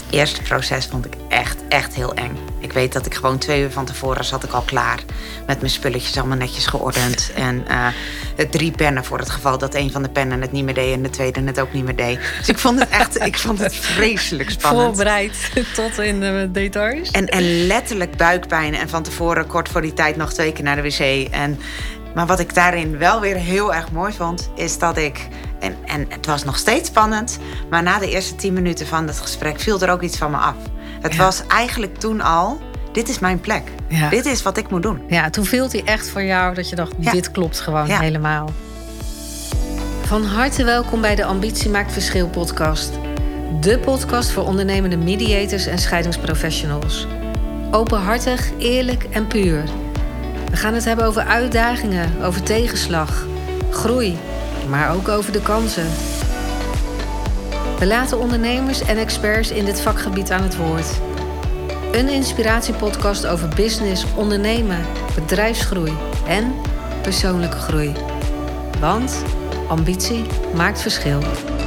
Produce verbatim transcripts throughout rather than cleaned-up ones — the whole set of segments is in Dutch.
eerste proces vond ik echt, echt heel eng. Ik weet dat ik gewoon twee uur van tevoren zat ik al klaar. Met mijn spulletjes allemaal netjes geordend. En uh, drie pennen voor het geval dat een van de pennen het niet meer deed... en de tweede het ook niet meer deed. Dus ik vond het echt ik vond het vreselijk spannend. Voorbereid tot in de details. En, en letterlijk buikpijn. En van tevoren kort voor die tijd nog twee keer naar de wc. En, maar wat ik daarin wel weer heel erg mooi vond... is dat ik... En, en het was nog steeds spannend. Maar na de eerste tien minuten van het gesprek viel er ook iets van me af. Het ja. was eigenlijk toen al... Dit is mijn plek. Ja. Dit is wat ik moet doen. Ja, toen viel hij echt voor jou dat je dacht... Ja. Dit klopt gewoon ja. helemaal. Van harte welkom bij de Ambitie Maakt Verschil podcast. De podcast voor ondernemende mediators en scheidingsprofessionals. Openhartig, eerlijk en puur. We gaan het hebben over uitdagingen, over tegenslag, groei... maar ook over de kansen. We laten ondernemers en experts in dit vakgebied aan het woord. Een inspiratiepodcast over business, ondernemen, bedrijfsgroei en persoonlijke groei. Want ambitie maakt verschil.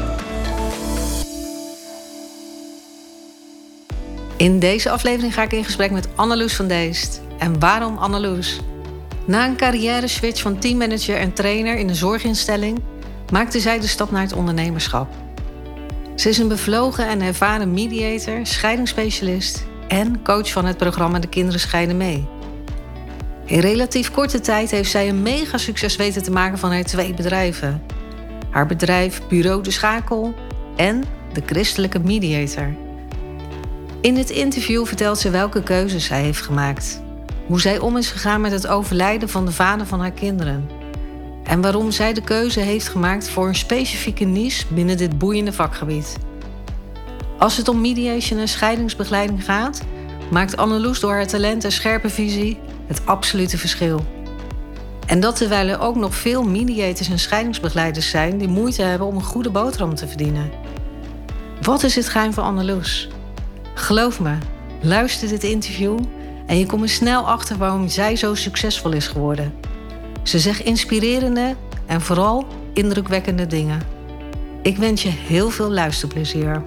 In deze aflevering ga ik in gesprek met Anneloes van Deest. En waarom Anneloes? Na een carrière-switch van teammanager en trainer in een zorginstelling... maakte zij de stap naar het ondernemerschap. Ze is een bevlogen en ervaren mediator, scheidingsspecialist... en coach van het programma De Kinderen Scheiden Mee. In relatief korte tijd heeft zij een mega succes weten te maken van haar twee bedrijven. Haar bedrijf Bureau de Schakel en de Christelijke Mediator. In dit interview vertelt ze welke keuzes zij heeft gemaakt... hoe zij om is gegaan met het overlijden van de vader van haar kinderen... en waarom zij de keuze heeft gemaakt voor een specifieke niche binnen dit boeiende vakgebied. Als het om mediation en scheidingsbegeleiding gaat... maakt Anneloes door haar talent en scherpe visie het absolute verschil. En dat terwijl er ook nog veel mediators en scheidingsbegeleiders zijn... die moeite hebben om een goede boterham te verdienen. Wat is het geheim van Anneloes? Geloof me, luister dit interview... en je komt er snel achter waarom zij zo succesvol is geworden. Ze zegt inspirerende en vooral indrukwekkende dingen. Ik wens je heel veel luisterplezier.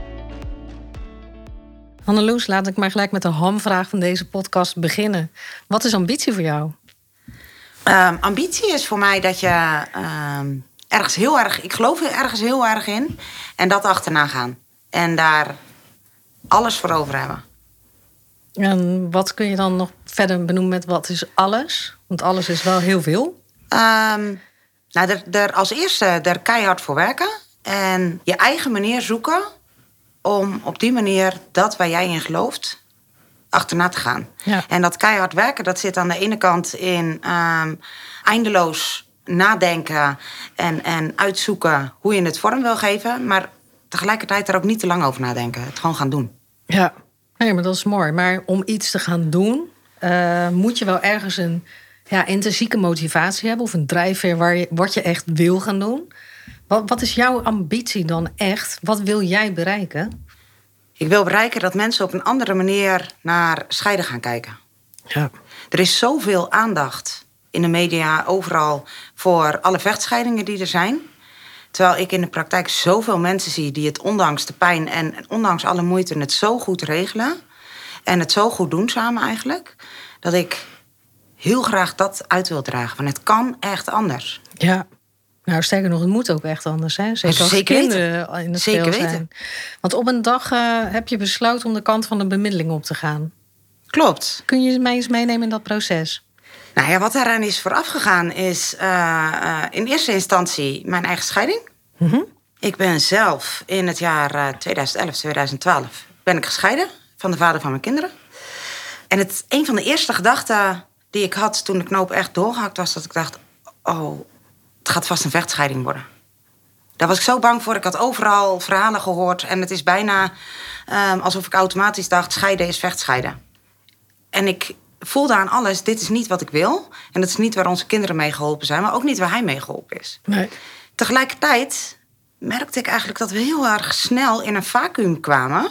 Anneloes, laat ik maar gelijk met de hamvraag van deze podcast beginnen. Wat is ambitie voor jou? Um, ambitie is voor mij dat je um, ergens heel erg... Ik geloof er ergens heel erg in. En dat achterna gaan. En daar alles voor over hebben. En wat kun je dan nog verder benoemen met wat is alles? Want alles is wel heel veel. Um, nou, er, er als eerste er keihard voor werken. En je eigen manier zoeken... om op die manier dat waar jij in gelooft... achterna te gaan. Ja. En dat keihard werken, dat zit aan de ene kant in... Um, eindeloos nadenken en, en uitzoeken hoe je het vorm wil geven... maar tegelijkertijd er ook niet te lang over nadenken. Het gewoon gaan doen. Ja. Nee, maar dat is mooi. Maar om iets te gaan doen... Uh, moet je wel ergens een ja, intrinsieke motivatie hebben... of een drijfveer waar je, wat je echt wil gaan doen. Wat, wat is jouw ambitie dan echt? Wat wil jij bereiken? Ik wil bereiken dat mensen op een andere manier naar scheiden gaan kijken. Ja. Er is zoveel aandacht in de media overal... voor alle vechtscheidingen die er zijn... Terwijl ik in de praktijk zoveel mensen zie die het ondanks de pijn... en ondanks alle moeite het zo goed regelen... en het zo goed doen samen eigenlijk... dat ik heel graag dat uit wil dragen. Want het kan echt anders. Ja, nou sterker nog, het moet ook echt anders. Hè? Zeker als Zeker kinderen weten. in het Zeker spel weten. zijn. Want op een dag uh, heb je besloten om de kant van de bemiddeling op te gaan. Klopt. Kun je mij eens meenemen in dat proces? Nou ja, wat daaraan is vooraf gegaan is... Uh, uh, in eerste instantie mijn eigen scheiding... Mm-hmm. Ik ben zelf in het jaar tweeduizend elf, tweeduizend twaalf ben ik gescheiden van de vader van mijn kinderen. En het, een van de eerste gedachten die ik had toen de knoop echt doorgehakt was... dat ik dacht, oh, het gaat vast een vechtscheiding worden. Daar was ik zo bang voor. Ik had overal verhalen gehoord. En het is bijna um, alsof ik automatisch dacht, scheiden is vechtscheiden. En ik voelde aan alles, dit is niet wat ik wil. En dat is niet waar onze kinderen mee geholpen zijn... maar ook niet waar hij mee geholpen is. Nee. Tegelijkertijd merkte ik eigenlijk dat we heel erg snel in een vacuüm kwamen.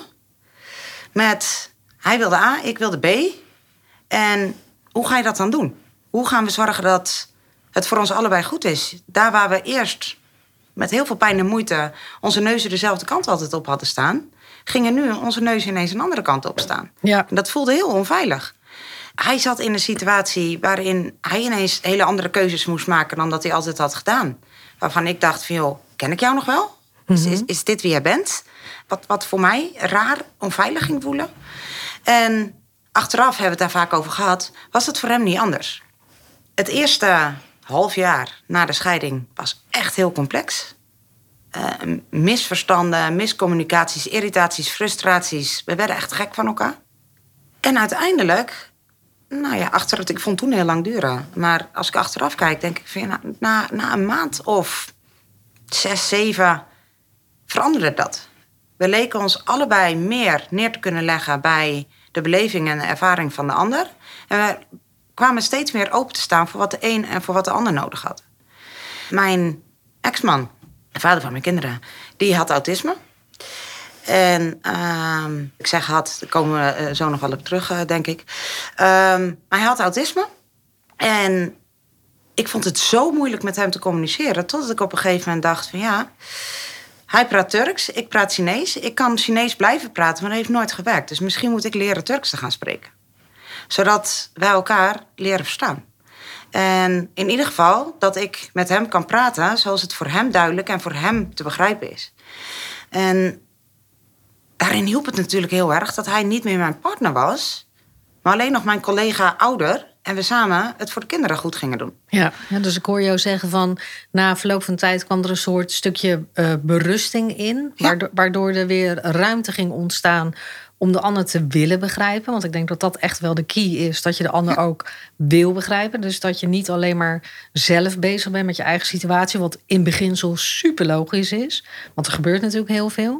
Met, hij wilde A, ik wilde B. En hoe ga je dat dan doen? Hoe gaan we zorgen dat het voor ons allebei goed is? Daar waar we eerst met heel veel pijn en moeite onze neuzen dezelfde kant altijd op hadden staan... gingen nu onze neus ineens een andere kant op staan. Ja. Dat voelde heel onveilig. Hij zat in een situatie waarin hij ineens hele andere keuzes moest maken dan dat hij altijd had gedaan. Waarvan ik dacht van, joh, ken ik jou nog wel? Mm-hmm. Is, is dit wie jij bent? Wat, wat voor mij raar onveilig ging voelen. En achteraf hebben we het daar vaak over gehad, was het voor hem niet anders. Het eerste half jaar na de scheiding was echt heel complex. Uh, misverstanden, miscommunicaties, irritaties, frustraties. We werden echt gek van elkaar. En uiteindelijk, nou ja, achter het, ik vond het toen heel lang duren. Maar als ik achteraf kijk, denk ik van ja, na, na, na een maand of zes, zeven veranderde dat. We leken ons allebei meer neer te kunnen leggen bij de beleving en de ervaring van de ander. En we kwamen steeds meer open te staan voor wat de een en voor wat de ander nodig had. Mijn ex-man, de vader van mijn kinderen, die had autisme. En uh, ik zeg had, daar komen we zo nog wel op terug, uh, denk ik. Uh, hij had autisme. En ik vond het zo moeilijk met hem te communiceren, totdat ik op een gegeven moment dacht van ja, hij praat Turks, ik praat Chinees. Ik kan Chinees blijven praten, maar dat heeft nooit gewerkt. Dus misschien moet ik leren Turks te gaan spreken. Zodat wij elkaar leren verstaan. En in ieder geval dat ik met hem kan praten zoals het voor hem duidelijk en voor hem te begrijpen is. En daarin hielp het natuurlijk heel erg dat hij niet meer mijn partner was, maar alleen nog mijn collega ouder. En we samen het voor de kinderen goed gingen doen. Ja, ja, dus ik hoor jou zeggen van na verloop van tijd kwam er een soort stukje uh, berusting in. Ja. Waardoor, waardoor er weer ruimte ging ontstaan om de ander te willen begrijpen. Want ik denk dat dat echt wel de key is. Dat je de ander ja. ook wil begrijpen. Dus dat je niet alleen maar zelf bezig bent met je eigen situatie. Wat in beginsel super logisch is. Want er gebeurt natuurlijk heel veel.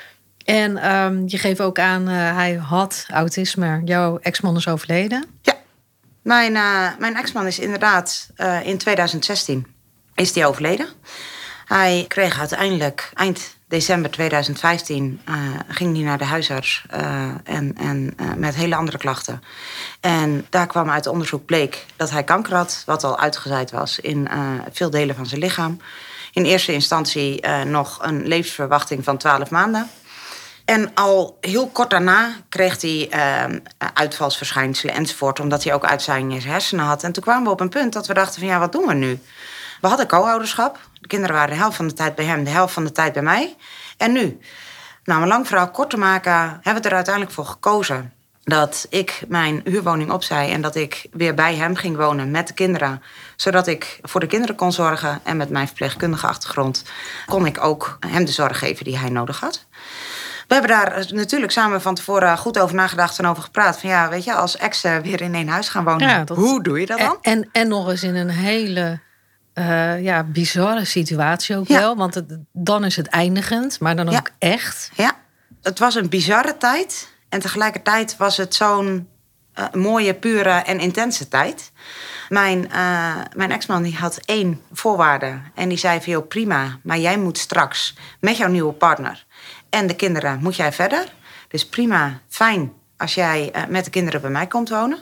En um, je geeft ook aan, uh, hij had autisme. Jouw ex-man is overleden. Ja. Mijn, uh, mijn ex-man is inderdaad uh, in tweeduizend zestien is die overleden. Hij kreeg uiteindelijk eind december tweeduizend vijftien uh, ging hij naar de huisarts uh, en, en uh, met hele andere klachten. En daar kwam uit onderzoek bleek dat hij kanker had, wat al uitgezaaid was in uh, veel delen van zijn lichaam. In eerste instantie uh, nog een levensverwachting van twaalf maanden. En al heel kort daarna kreeg hij uh, uitvalsverschijnselen enzovoort, omdat hij ook uitzaaiing in zijn hersenen had. En toen kwamen we op een punt dat we dachten van ja, wat doen we nu? We hadden co-ouderschap. De kinderen waren de helft van de tijd bij hem, de helft van de tijd bij mij. En nu? Nou, om een lang verhaal kort te maken, hebben we er uiteindelijk voor gekozen dat ik mijn huurwoning opzij en dat ik weer bij hem ging wonen met de kinderen, zodat ik voor de kinderen kon zorgen. En met mijn verpleegkundige achtergrond kon ik ook hem de zorg geven die hij nodig had. We hebben daar natuurlijk samen van tevoren goed over nagedacht en over gepraat. Van ja, weet je, als exen weer in één huis gaan wonen, ja, dat... hoe doe je dat dan? En, en, en nog eens in een hele uh, ja, bizarre situatie ook ja. wel. Want het, dan is het eindigend, maar dan ook ja. echt. Ja, het was een bizarre tijd. En tegelijkertijd was het zo'n uh, mooie, pure en intense tijd. Mijn, uh, mijn ex-man die had één voorwaarde. En die zei van, joh, prima, maar jij moet straks met jouw nieuwe partner en de kinderen moet jij verder. Dus prima, fijn als jij uh, met de kinderen bij mij komt wonen.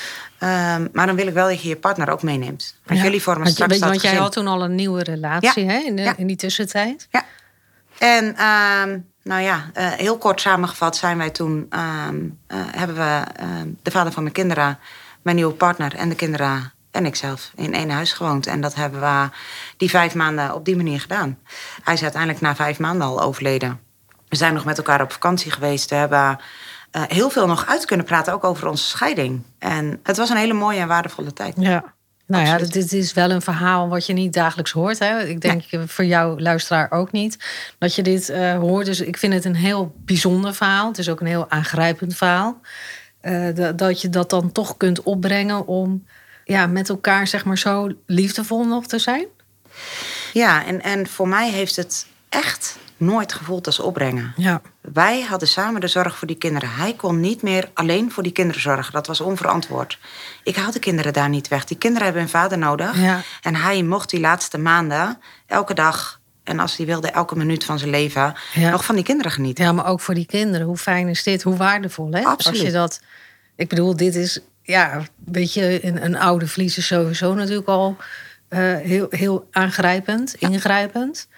Um, maar dan wil ik wel dat je je partner ook meeneemt. Want ja. jullie vormen want, straks dat Want jij gezin. had toen al een nieuwe relatie ja. hè, in, de, ja. in die tussentijd. Ja. En uh, nou ja, uh, heel kort samengevat zijn wij toen... Uh, uh, hebben we uh, de vader van mijn kinderen, mijn nieuwe partner en de kinderen en ikzelf in één huis gewoond. En dat hebben we die vijf maanden op die manier gedaan. Hij is uiteindelijk na vijf maanden al overleden. We zijn nog met elkaar op vakantie geweest. We hebben uh, heel veel nog uit kunnen praten, ook over onze scheiding. En het was een hele mooie en waardevolle tijd. Ja. Nou Absoluut. ja, dit is wel een verhaal wat je niet dagelijks hoort. Hè? Ik denk nee. voor jou, luisteraar, ook niet. Dat je dit uh, hoort. Dus ik vind het een heel bijzonder verhaal. Het is ook een heel aangrijpend verhaal. Uh, dat, dat je dat dan toch kunt opbrengen om ja, met elkaar zeg maar zo liefdevol nog te zijn. Ja, en, en voor mij heeft het echt nooit gevoeld als opbrengen. Ja. Wij hadden samen de zorg voor die kinderen. Hij kon niet meer alleen voor die kinderen zorgen. Dat was onverantwoord. Ik haal de kinderen daar niet weg. Die kinderen hebben hun vader nodig. Ja. En hij mocht die laatste maanden elke dag, en als hij wilde elke minuut van zijn leven, ja. nog van die kinderen genieten. Ja, maar ook voor die kinderen. Hoe fijn is dit? Hoe waardevol, hè? Absoluut. Als je dat, ik bedoel, dit is, ja, weet je, een, een oude vlies is sowieso natuurlijk al uh, heel, heel aangrijpend, ja. ingrijpend.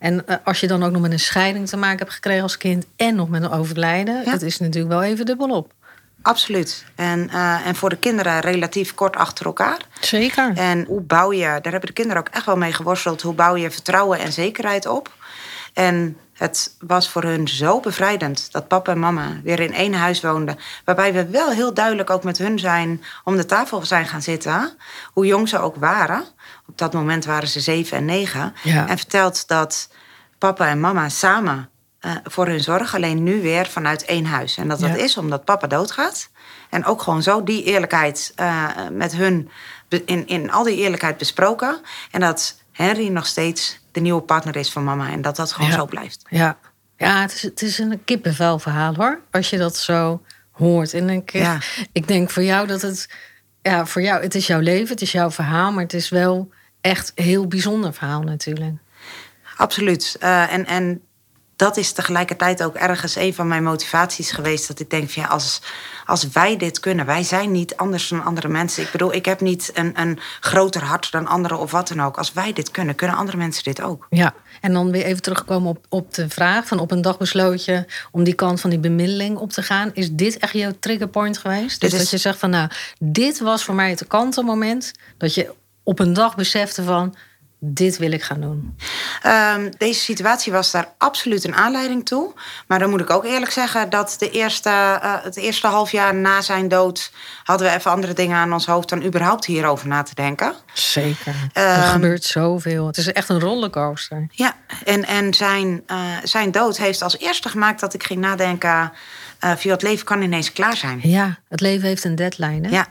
En uh, als je dan ook nog met een scheiding te maken hebt gekregen als kind en nog met een overlijden, ja. Het is natuurlijk wel even dubbelop. Absoluut. En, uh, en voor de kinderen relatief kort achter elkaar. Zeker. En hoe bouw je, daar hebben de kinderen ook echt wel mee geworsteld, hoe bouw je vertrouwen en zekerheid op? En het was voor hun zo bevrijdend dat papa en mama weer in één huis woonden. Waarbij we wel heel duidelijk ook met hun zijn om de tafel zijn gaan zitten. Hoe jong ze ook waren. Op dat moment waren ze zeven en negen. Ja. En verteld dat papa en mama samen uh, voor hun zorgen. Alleen nu weer vanuit één huis. En dat dat ja. is omdat papa doodgaat. En ook gewoon zo die eerlijkheid uh, met hun in, in al die eerlijkheid besproken. En dat Henry nog steeds de nieuwe partner is van mama. En dat dat gewoon ja. zo blijft. Ja, ja het, is, het is een kippenvel verhaal hoor. Als je dat zo hoort. En ik, ja. ik denk voor jou dat het... Ja, voor jou, het is jouw leven, het is jouw verhaal. Maar het is wel echt een heel bijzonder verhaal natuurlijk. Absoluut. Uh, en, en dat is tegelijkertijd ook ergens een van mijn motivaties geweest. Dat ik denk van ja, als, als wij dit kunnen. Wij zijn niet anders dan andere mensen. Ik bedoel, ik heb niet een, een groter hart dan anderen of wat dan ook. Als wij dit kunnen, kunnen andere mensen dit ook. Ja, en dan weer even terugkomen op, op de vraag van op een dag besloot je om die kant van die bemiddeling op te gaan. Is dit echt jouw triggerpoint geweest? Dus is... dat je zegt van nou, dit was voor mij het kantelmoment. Dat je op een dag besefte van, dit wil ik gaan doen. Um, deze situatie was daar absoluut een aanleiding toe. Maar dan moet ik ook eerlijk zeggen dat de eerste, uh, het eerste half jaar na zijn dood hadden we even andere dingen aan ons hoofd dan überhaupt hierover na te denken. Zeker. Um, er gebeurt zoveel. Het is echt een rollercoaster. Ja, en, en zijn, uh, zijn dood heeft als eerste gemaakt dat ik ging nadenken, Uh, via het leven kan ineens klaar zijn. Ja, het leven heeft een deadline, hè? Ja.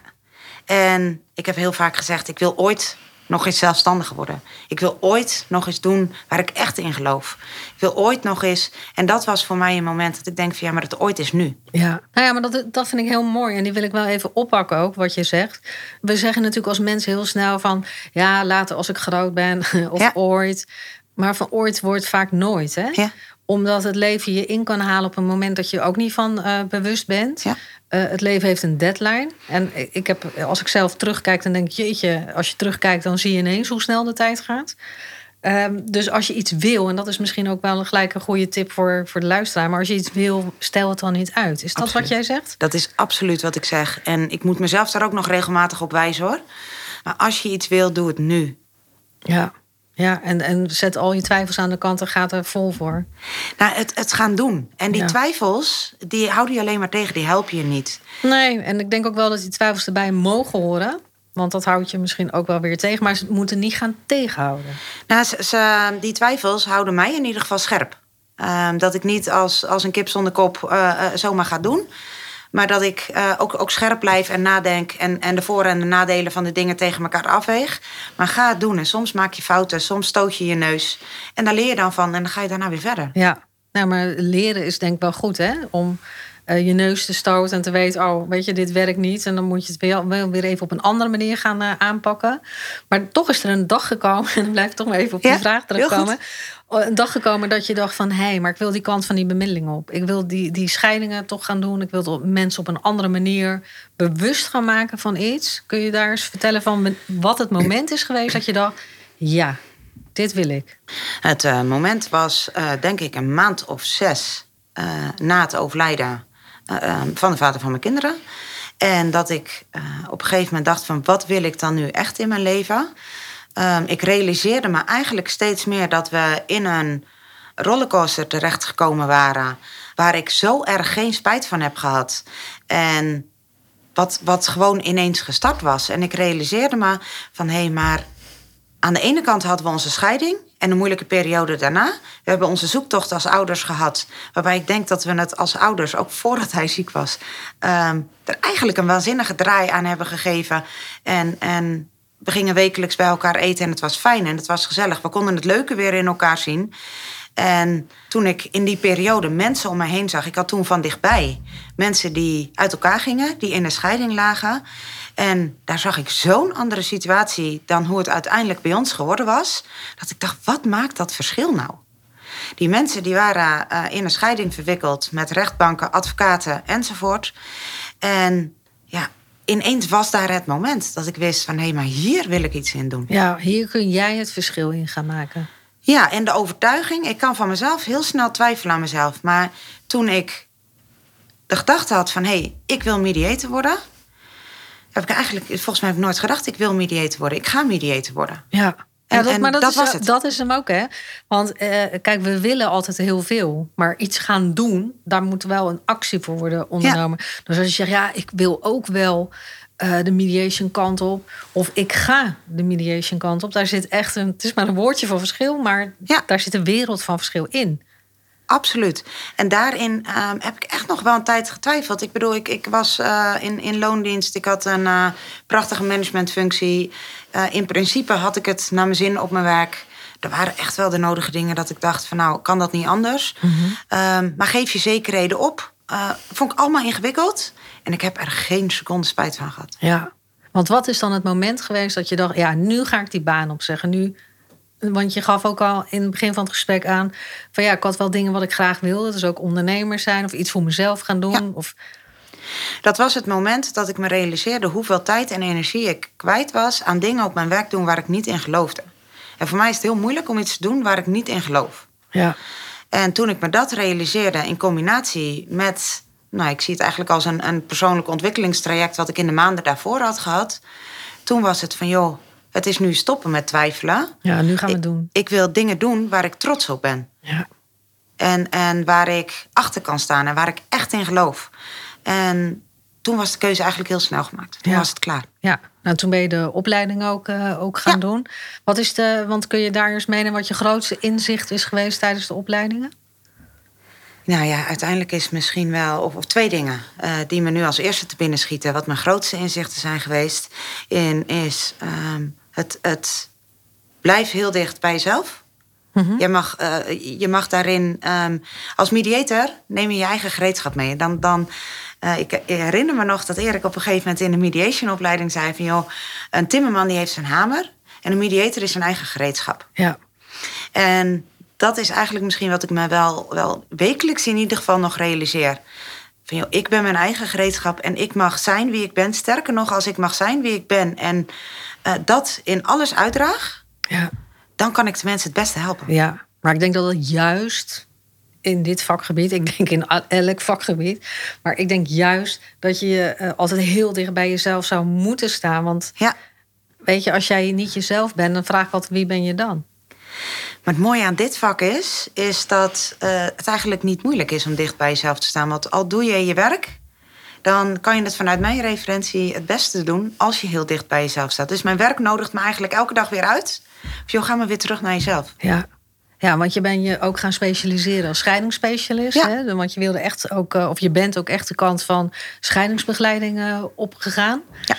En ik heb heel vaak gezegd, ik wil ooit nog eens zelfstandig worden. Ik wil ooit nog eens doen waar ik echt in geloof. Ik wil ooit nog eens... En dat was voor mij een moment dat ik denk van ja, maar het ooit is nu. Ja, nou ja, maar dat, dat vind ik heel mooi. En die wil ik wel even oppakken ook, wat je zegt. We zeggen natuurlijk als mensen heel snel van ja, later als ik groot ben of ja. ooit. Maar van ooit wordt vaak nooit, hè? Ja. Omdat het leven je in kan halen op een moment dat je ook niet van uh, bewust bent. Ja. Uh, het leven heeft een deadline. En ik heb, als ik zelf terugkijk, dan denk ik, jeetje, als je terugkijkt, dan zie je ineens hoe snel de tijd gaat. Um, dus als je iets wil, en dat is misschien ook wel een gelijk een goede tip voor, voor de luisteraar. Maar als je iets wil, stel het dan niet uit. Is dat absoluut. Wat jij zegt? Dat is absoluut wat ik zeg. En ik moet mezelf daar ook nog regelmatig op wijzen, hoor. Maar als je iets wil, doe het nu. Ja. Ja, en, en zet al je twijfels aan de kant en gaat er vol voor. Nou, het, het gaan doen. En die ja. twijfels, die houden je alleen maar tegen. Die helpen je niet. Nee, en ik denk ook wel dat die twijfels erbij mogen horen. Want dat houdt je misschien ook wel weer tegen. Maar ze moeten niet gaan tegenhouden. Nou, ze, ze, die twijfels houden mij in ieder geval scherp. Uh, dat ik niet als, als een kip zonder kop uh, uh, zomaar ga doen. Maar dat ik uh, ook, ook scherp blijf en nadenk en, en de voor- en de nadelen van de dingen tegen elkaar afweeg. Maar ga het doen. En soms maak je fouten, soms stoot je je neus. En daar leer je dan van en dan ga je daarna weer verder. Ja, nou, maar leren is denk ik wel goed, hè? Om uh, je neus te stoten en te weten, oh, weet je, dit werkt niet. En dan moet je het weer, wel weer even op een andere manier gaan uh, aanpakken. Maar toch is er een dag gekomen, en dan blijf ik toch maar even op die ja, vraag terugkomen. Een dag gekomen dat je dacht van, hé, hey, maar ik wil die kant van die bemiddeling op. Ik wil die, die scheidingen toch gaan doen. Ik wil mensen op een andere manier bewust gaan maken van iets. Kun je daar eens vertellen van wat het moment is geweest dat je dacht, ja, dit wil ik? Het uh, moment was, uh, denk ik, een maand of zes uh, na het overlijden uh, uh, van de vader van mijn kinderen. En dat ik uh, op een gegeven moment dacht van, wat wil ik dan nu echt in mijn leven? Um, ik realiseerde me eigenlijk steeds meer dat we in een rollercoaster terechtgekomen waren, waar ik zo erg geen spijt van heb gehad. En wat, wat gewoon ineens gestart was. En ik realiseerde me van, hé, hey, maar aan de ene kant hadden we onze scheiding en een moeilijke periode daarna. We hebben onze zoektocht als ouders gehad, waarbij ik denk dat we het als ouders, ook voordat hij ziek was, um, er eigenlijk een waanzinnige draai aan hebben gegeven. En, en we gingen wekelijks bij elkaar eten en het was fijn en het was gezellig. We konden het leuke weer in elkaar zien. En toen ik in die periode mensen om me heen zag, ik had toen van dichtbij mensen die uit elkaar gingen, die in een scheiding lagen. En daar zag ik zo'n andere situatie dan hoe het uiteindelijk bij ons geworden was, dat ik dacht, wat maakt dat verschil nou? Die mensen die waren uh, in een scheiding verwikkeld met rechtbanken, advocaten enzovoort. En ja, ineens was daar het moment dat ik wist van, hé, maar hier wil ik iets in doen. Ja, hier kun jij het verschil in gaan maken. Ja, en de overtuiging. Ik kan van mezelf heel snel twijfelen aan mezelf. Maar toen ik de gedachte had van... hé, hey, ik wil mediator worden... heb ik eigenlijk, volgens mij heb ik nooit gedacht... ik wil mediator worden. Ik ga mediator worden. Ja. En, Ja, dat, en maar dat, dat is, was het. Dat is hem ook, hè? Want uh, kijk, we willen altijd heel veel. Maar iets gaan doen, daar moet wel een actie voor worden ondernomen. Ja. Dus als je zegt, ja, ik wil ook wel uh, de mediation kant op... of ik ga de mediation kant op... daar zit echt een... het is maar een woordje van verschil... maar ja. daar zit een wereld van verschil in. Absoluut. En daarin um, heb ik echt nog wel een tijd getwijfeld. Ik bedoel, ik, ik was uh, in, in loondienst. Ik had een uh, prachtige managementfunctie. Uh, in principe had ik het naar mijn zin op mijn werk. Er waren echt wel de nodige dingen dat ik dacht van... nou, kan dat niet anders? Mm-hmm. Um, maar geef je zekerheden op. Uh, vond ik allemaal ingewikkeld. En ik heb er geen seconde spijt van gehad. Ja, want wat is dan het moment geweest dat je dacht... ja, nu ga ik die baan opzeggen, nu... Want je gaf ook al in het begin van het gesprek aan... van ja, ik had wel dingen wat ik graag wilde. Dus ook ondernemer zijn of iets voor mezelf gaan doen. Ja. Of... Dat was het moment dat ik me realiseerde... hoeveel tijd en energie ik kwijt was... aan dingen op mijn werk doen waar ik niet in geloofde. En voor mij is het heel moeilijk om iets te doen waar ik niet in geloof. Ja. En toen ik me dat realiseerde in combinatie met... nou, ik zie het eigenlijk als een, een persoonlijk ontwikkelingstraject... wat ik in de maanden daarvoor had gehad... toen was het van, joh... het is nu stoppen met twijfelen. Ja, nu gaan we het doen. Ik, ik wil dingen doen waar ik trots op ben. Ja. En, en waar ik achter kan staan en waar ik echt in geloof. En toen was de keuze eigenlijk heel snel gemaakt. Toen ja. was het klaar. Ja, nou toen ben je de opleiding ook, uh, ook gaan ja. doen. Wat is de, want kun je daar eens meenemen wat je grootste inzicht is geweest tijdens de opleidingen? Nou ja, uiteindelijk is misschien wel... of, of twee dingen uh, die me nu als eerste te binnen schieten... wat mijn grootste inzichten zijn geweest... in is um, het, het blijf heel dicht bij jezelf. Mm-hmm. Je, mag, uh, je mag daarin... Um, als mediator neem je je eigen gereedschap mee. Dan, dan, uh, ik, ik herinner me nog dat Erik op een gegeven moment... in de mediationopleiding zei van... joh, een timmerman die heeft zijn hamer... en een mediator is zijn eigen gereedschap. Ja. En... dat is eigenlijk misschien wat ik me wel, wel wekelijks in ieder geval nog realiseer. Van, joh, ik ben mijn eigen gereedschap en ik mag zijn wie ik ben. Sterker nog, als ik mag zijn wie ik ben en uh, dat in alles uitdraag... Ja. dan kan ik de mensen het beste helpen. Ja, maar ik denk dat het juist in dit vakgebied... ik denk in elk vakgebied... maar ik denk juist dat je uh, altijd heel dicht bij jezelf zou moeten staan. Want ja. weet je, als jij niet jezelf bent... dan vraag ik altijd, wie ben je dan? Maar het mooie aan dit vak is, is dat uh, het eigenlijk niet moeilijk is om dicht bij jezelf te staan. Want al doe je je werk, dan kan je het vanuit mijn referentie het beste doen als je heel dicht bij jezelf staat. Dus mijn werk nodigt me eigenlijk elke dag weer uit. Dus joh, ga maar weer terug naar jezelf. Ja. Ja, want je bent je ook gaan specialiseren als scheidingsspecialist. Ja. Hè? Want je wilde echt ook, of je bent ook echt de kant van scheidingsbegeleiding uh, opgegaan. Ja.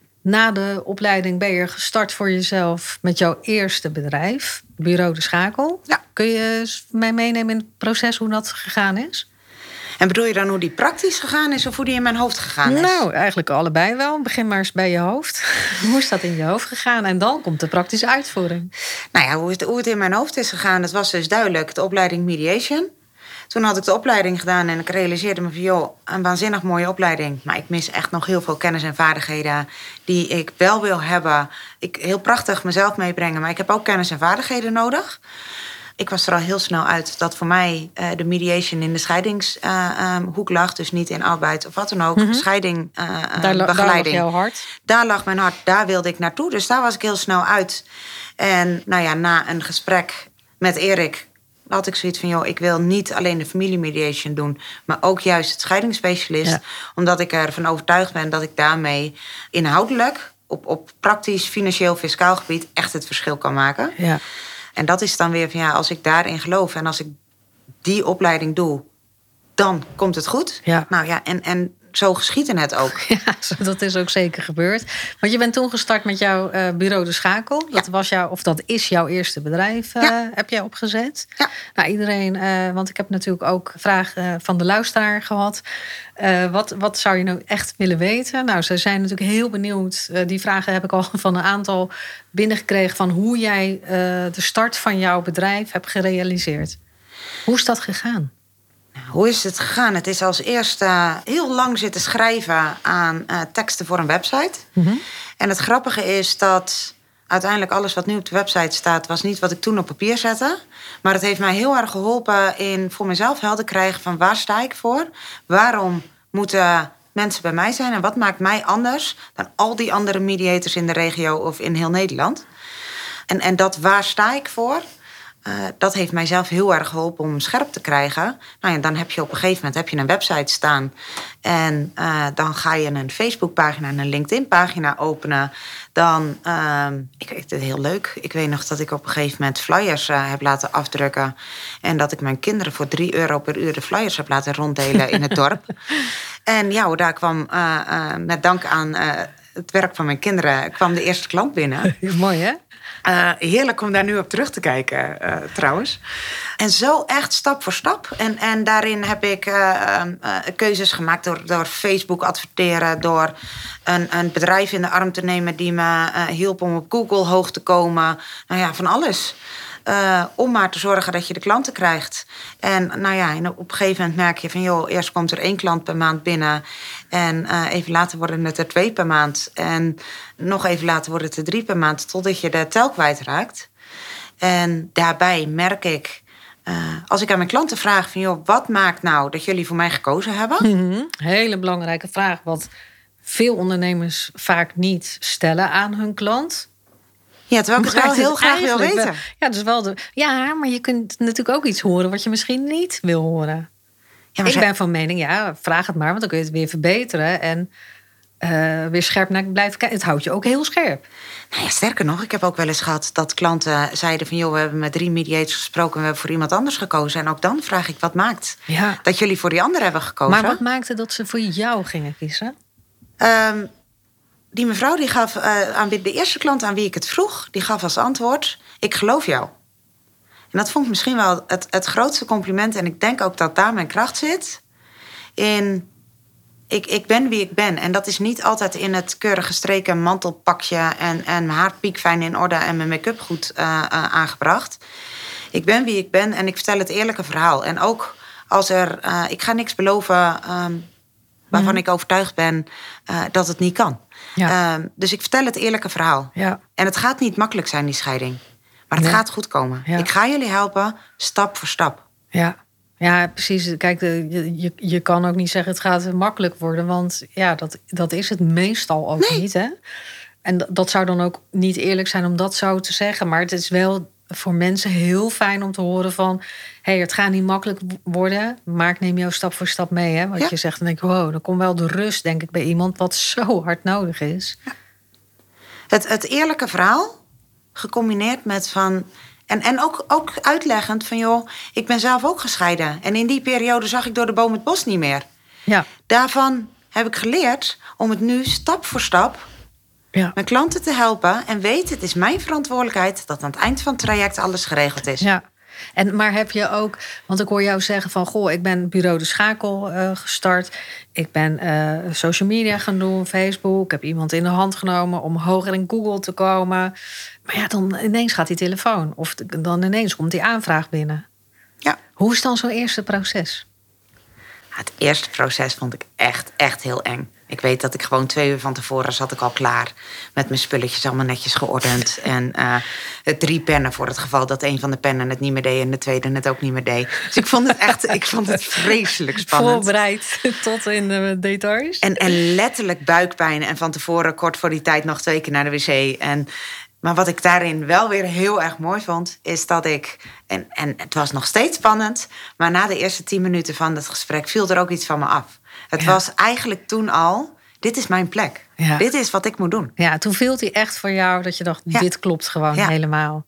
Na de opleiding ben je gestart voor jezelf met jouw eerste bedrijf, Bureau de Schakel. Ja. Kun je mij meenemen in het proces hoe dat gegaan is? En bedoel je dan hoe die praktisch gegaan is of hoe die in mijn hoofd gegaan is? Nou, eigenlijk allebei wel. Begin maar eens bij je hoofd. Hoe is dat in je hoofd gegaan? En dan komt de praktische uitvoering. Nou ja, hoe het, hoe het in mijn hoofd is gegaan, dat was dus duidelijk. De opleiding Mediation. Toen had ik de opleiding gedaan en ik realiseerde me van... joh, een waanzinnig mooie opleiding. Maar ik mis echt nog heel veel kennis en vaardigheden... die ik wel wil hebben. Ik heel prachtig mezelf meebrengen, maar ik heb ook kennis en vaardigheden nodig. Ik was er al heel snel uit dat voor mij uh, de mediation in de scheidingshoek uh, um, lag. Dus niet in arbeid of wat dan ook. Mm-hmm. Scheiding, uh, daar, begeleiding. Daar lag jouw hart? Daar lag mijn hart, daar wilde ik naartoe. Dus daar was ik heel snel uit. En nou ja, na een gesprek met Erik... had ik zoiets van, joh, ik wil niet alleen de familiemediation doen... maar ook juist het scheidingsspecialist. Ja. Omdat ik ervan overtuigd ben dat ik daarmee inhoudelijk... op, op praktisch, financieel, fiscaal gebied echt het verschil kan maken. Ja. En dat is dan weer van, ja, als ik daarin geloof... en als ik die opleiding doe, dan komt het goed. Ja. Nou ja, en... en zo geschiedde het ook. Ja, dat is ook zeker gebeurd. Want je bent toen gestart met jouw uh, Bureau de Schakel. Dat ja. was jouw, of dat is jouw eerste bedrijf, uh, ja. heb jij opgezet. Ja. Nou, iedereen, uh, want ik heb natuurlijk ook vragen uh, van de luisteraar gehad. Uh, wat, wat zou je nou echt willen weten? Nou, ze zijn natuurlijk heel benieuwd. Uh, die vragen heb ik al van een aantal binnengekregen... van hoe jij uh, de start van jouw bedrijf hebt gerealiseerd. Hoe is dat gegaan? Hoe is het gegaan? Het is als eerste uh, heel lang zitten schrijven aan uh, teksten voor een website. Mm-hmm. En het grappige is dat uiteindelijk alles wat nu op de website staat, was niet wat ik toen op papier zette. Maar het heeft mij heel erg geholpen in voor mezelf helder krijgen van waar sta ik voor? Waarom moeten mensen bij mij zijn en wat maakt mij anders dan al die andere mediators in de regio of in heel Nederland? En, en dat waar sta ik voor? Uh, dat heeft mijzelf heel erg geholpen om scherp te krijgen. Nou ja, dan heb je op een gegeven moment heb je een website staan. En uh, dan ga je een Facebookpagina en een LinkedIn-pagina openen. Dan, uh, ik weet het heel leuk. Ik weet nog dat ik op een gegeven moment flyers uh, heb laten afdrukken. En dat ik mijn kinderen voor drie euro per uur de flyers heb laten ronddelen in het dorp. En ja, daar kwam uh, uh, met dank aan uh, het werk van mijn kinderen kwam de eerste klant binnen. Mooi, hè? Uh, heerlijk om daar nu op terug te kijken, uh, trouwens. En zo echt stap voor stap. En, en daarin heb ik uh, uh, keuzes gemaakt door, door Facebook adverteren... door een, een bedrijf in de arm te nemen die me uh, hielp om op Google hoog te komen. Nou ja, van alles. Uh, om maar te zorgen dat je de klanten krijgt. En nou ja, en op een gegeven moment merk je van... joh, eerst komt er één klant per maand binnen... en uh, even later worden het er twee per maand... en nog even later worden het er drie per maand... totdat je de tel kwijtraakt. En daarbij merk ik... Uh, als ik aan mijn klanten vraag van... joh, wat maakt nou dat jullie voor mij gekozen hebben? Mm-hmm. Hele belangrijke vraag, wat veel ondernemers vaak niet stellen aan hun klant... Ja, terwijl ik het wel heel graag wil weten. Wel, ja, dus wel de, ja, maar je kunt natuurlijk ook iets horen wat je misschien niet wil horen. Ja, ik zij... ben van mening, ja, vraag het maar, want dan kun je het weer verbeteren. En uh, weer scherp naar blijven kijken. Het houdt je ook heel scherp. Nou ja, sterker nog, ik heb ook wel eens gehad dat klanten zeiden van... joh, we hebben met drie mediators gesproken... en we hebben voor iemand anders gekozen. En ook dan vraag ik, wat maakt ja. dat jullie voor die ander hebben gekozen? Maar wat maakte dat ze voor jou gingen kiezen? Um, Die mevrouw die gaf uh, aan de eerste klant aan wie ik het vroeg... die gaf als antwoord, ik geloof jou. En dat vond ik misschien wel het, het grootste compliment... en ik denk ook dat daar mijn kracht zit. In, ik, ik ben wie ik ben. En dat is niet altijd in het keurige streken mantelpakje... en, en mijn haar piekfijn in orde en mijn make-up goed uh, uh, aangebracht. Ik ben wie ik ben en ik vertel het eerlijke verhaal. En ook als er... Uh, ik ga niks beloven... Um, waarvan mm. ik overtuigd ben uh, dat het niet kan. Ja. Uh, dus ik vertel het eerlijke verhaal. Ja. En het gaat niet makkelijk zijn, die scheiding. Maar het nee. gaat goed komen. Ja. Ik ga jullie helpen, stap voor stap. Ja, ja precies. Kijk, de, je, je kan ook niet zeggen het gaat makkelijk worden. Want ja, dat, dat is het meestal ook nee. niet. Hè? En dat zou dan ook niet eerlijk zijn om dat zo te zeggen. Maar het is wel... voor mensen heel fijn om te horen van... hé, hey, het gaat niet makkelijk worden... maar ik neem jou stap voor stap mee. Hè? Wat ja. je zegt, dan denk ik... wow, dan komt wel de rust, denk ik, bij iemand... wat zo hard nodig is. Ja. Het, het eerlijke verhaal, gecombineerd met van... en, en ook, ook uitleggend van... joh, ik ben zelf ook gescheiden... en in die periode zag ik door de boom het bos niet meer. Ja. Daarvan heb ik geleerd om het nu stap voor stap... Ja. mijn klanten te helpen en weet, het is mijn verantwoordelijkheid... dat aan het eind van het traject alles geregeld is. Ja. En, maar heb je ook, want ik hoor jou zeggen van... goh, ik ben Bureau de Schakel uh, gestart. Ik ben uh, social media gaan doen, Facebook. Ik heb iemand in de hand genomen om hoger in Google te komen. Maar ja, dan ineens gaat die telefoon. Of dan ineens komt die aanvraag binnen. Ja. Hoe is dan zo'n eerste proces? Het eerste proces vond ik echt, echt heel eng. Ik weet dat ik gewoon twee uur van tevoren zat ik al klaar... met mijn spulletjes allemaal netjes geordend. En uh, drie pennen voor het geval dat een van de pennen het niet meer deed... en de tweede het ook niet meer deed. Dus ik vond het echt ik vond het vreselijk spannend. Voorbereid tot in de details. En, en letterlijk buikpijn. En van tevoren kort voor die tijd nog twee keer naar de wc. En, maar wat ik daarin wel weer heel erg mooi vond... is dat ik... En, en het was nog steeds spannend... maar na de eerste tien minuten van het gesprek... viel er ook iets van me af. Het ja. was eigenlijk toen al, dit is mijn plek. Ja. Dit is wat ik moet doen. Ja, toen viel hij echt voor jou dat je dacht, ja. dit klopt gewoon ja. helemaal.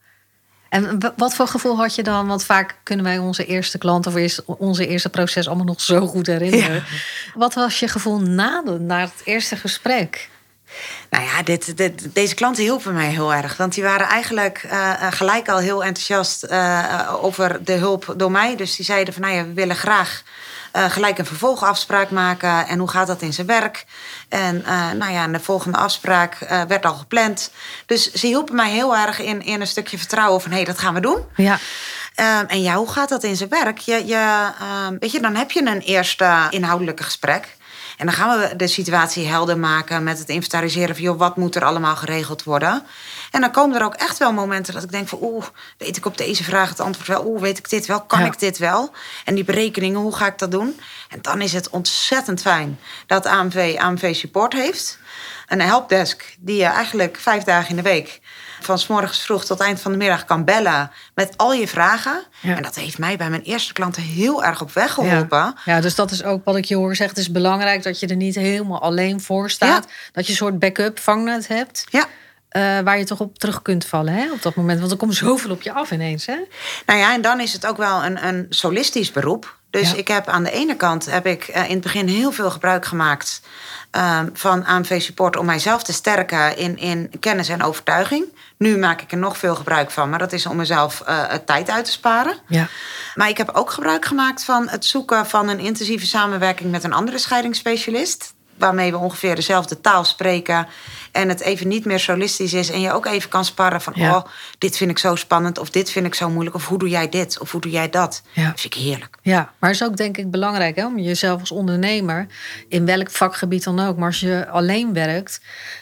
En wat voor gevoel had je dan? Want vaak kunnen wij onze eerste klant of onze eerste proces allemaal nog zo goed herinneren. Ja. Wat was je gevoel na, de, na het eerste gesprek? Nou ja, dit, dit, deze klanten hielpen mij heel erg. Want die waren eigenlijk uh, gelijk al heel enthousiast uh, over de hulp door mij. Dus die zeiden van, nou ja, we willen graag... Uh, gelijk een vervolgafspraak maken. En hoe gaat dat in zijn werk? En uh, nou ja, de volgende afspraak uh, werd al gepland. Dus ze hielpen mij heel erg in, in een stukje vertrouwen van... hé, hey, dat gaan we doen. Ja. Uh, en ja, hoe gaat dat in zijn werk? Je, je, uh, weet je, dan heb je een eerste inhoudelijke gesprek. En dan gaan we de situatie helder maken met het inventariseren van, joh, wat moet er allemaal geregeld worden? En dan komen er ook echt wel momenten dat ik denk van, oeh, weet ik op deze vraag het antwoord wel? Oeh, weet ik dit wel? Kan ja. ik dit wel? En die berekeningen, hoe ga ik dat doen? En dan is het ontzettend fijn dat A M V A M V Support heeft. Een helpdesk die je eigenlijk vijf dagen in de week, van 's morgens vroeg tot eind van de middag, kan bellen met al je vragen. Ja. En dat heeft mij bij mijn eerste klanten heel erg op weg geholpen. Ja. ja, dus dat is ook wat ik je hoor zeggen. Het is belangrijk dat je er niet helemaal alleen voor staat. Ja. Dat je een soort backup vangnet hebt. Ja. Uh, waar je toch op terug kunt vallen, hè, op dat moment. Want er komt zoveel op je af ineens, hè? Nou ja, en dan is het ook wel een, een solistisch beroep. Dus ja. ik heb aan de ene kant heb ik uh, in het begin heel veel gebruik gemaakt uh, van A M V Support om mijzelf te sterken in, in kennis en overtuiging. Nu maak ik er nog veel gebruik van, maar dat is om mezelf uh, tijd uit te sparen. Ja. Maar ik heb ook gebruik gemaakt van het zoeken van een intensieve samenwerking met een andere scheidingsspecialist, waarmee we ongeveer dezelfde taal spreken en het even niet meer solistisch is en je ook even kan sparren van, ja. oh, dit vind ik zo spannend of dit vind ik zo moeilijk of hoe doe jij dit of hoe doe jij dat? Ja. Dat vind ik heerlijk. Ja, maar het is ook denk ik belangrijk, hè, om jezelf als ondernemer, in welk vakgebied dan ook, maar als je alleen werkt,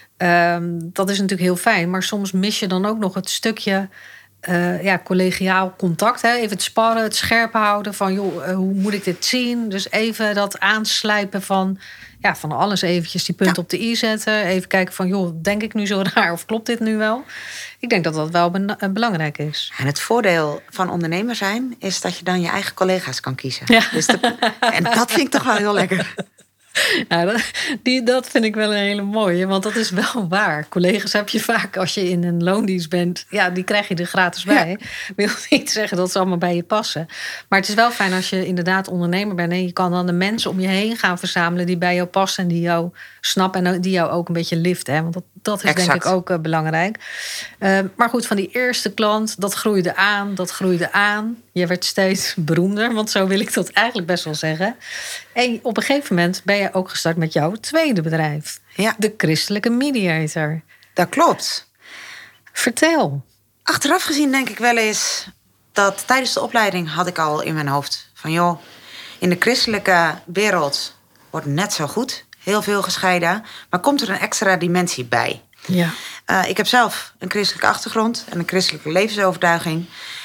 um, dat is natuurlijk heel fijn, maar soms mis je dan ook nog het stukje Uh, ja, collegiaal contact. Hè? Even het sparren, het scherp houden van, joh, uh, hoe moet ik dit zien? Dus even dat aanslijpen van, ja, van alles eventjes die punt ja. op de i zetten. Even kijken van, joh, denk ik nu zo raar of klopt dit nu wel? Ik denk dat dat wel ben- belangrijk is. En het voordeel van ondernemer zijn is dat je dan je eigen collega's kan kiezen. Ja. Dus de, en dat vind ik toch wel heel lekker. Nou, dat, die, dat vind ik wel een hele mooie, want dat is wel waar. Collega's heb je vaak als je in een loondienst bent. Ja, die krijg je er gratis bij. Ja. Wil niet zeggen dat ze allemaal bij je passen. Maar het is wel fijn als je inderdaad ondernemer bent en je kan dan de mensen om je heen gaan verzamelen die bij jou passen en die jou snappen en die jou ook een beetje liften. Hè? Want dat, dat is exact. Denk ik ook uh, belangrijk. Uh, maar goed, van die eerste klant, dat groeide aan, dat groeide aan. Je werd steeds beroemder, want zo wil ik dat eigenlijk best wel zeggen. En op een gegeven moment ben je ook gestart met jouw tweede bedrijf. Ja. De Christelijke Mediator. Dat klopt. Vertel. Achteraf gezien denk ik wel eens dat tijdens de opleiding had ik al in mijn hoofd van, joh, in de christelijke wereld wordt net zo goed heel veel gescheiden, maar komt er een extra dimensie bij. Ja. Uh, ik heb zelf een christelijke achtergrond en een christelijke levensovertuiging.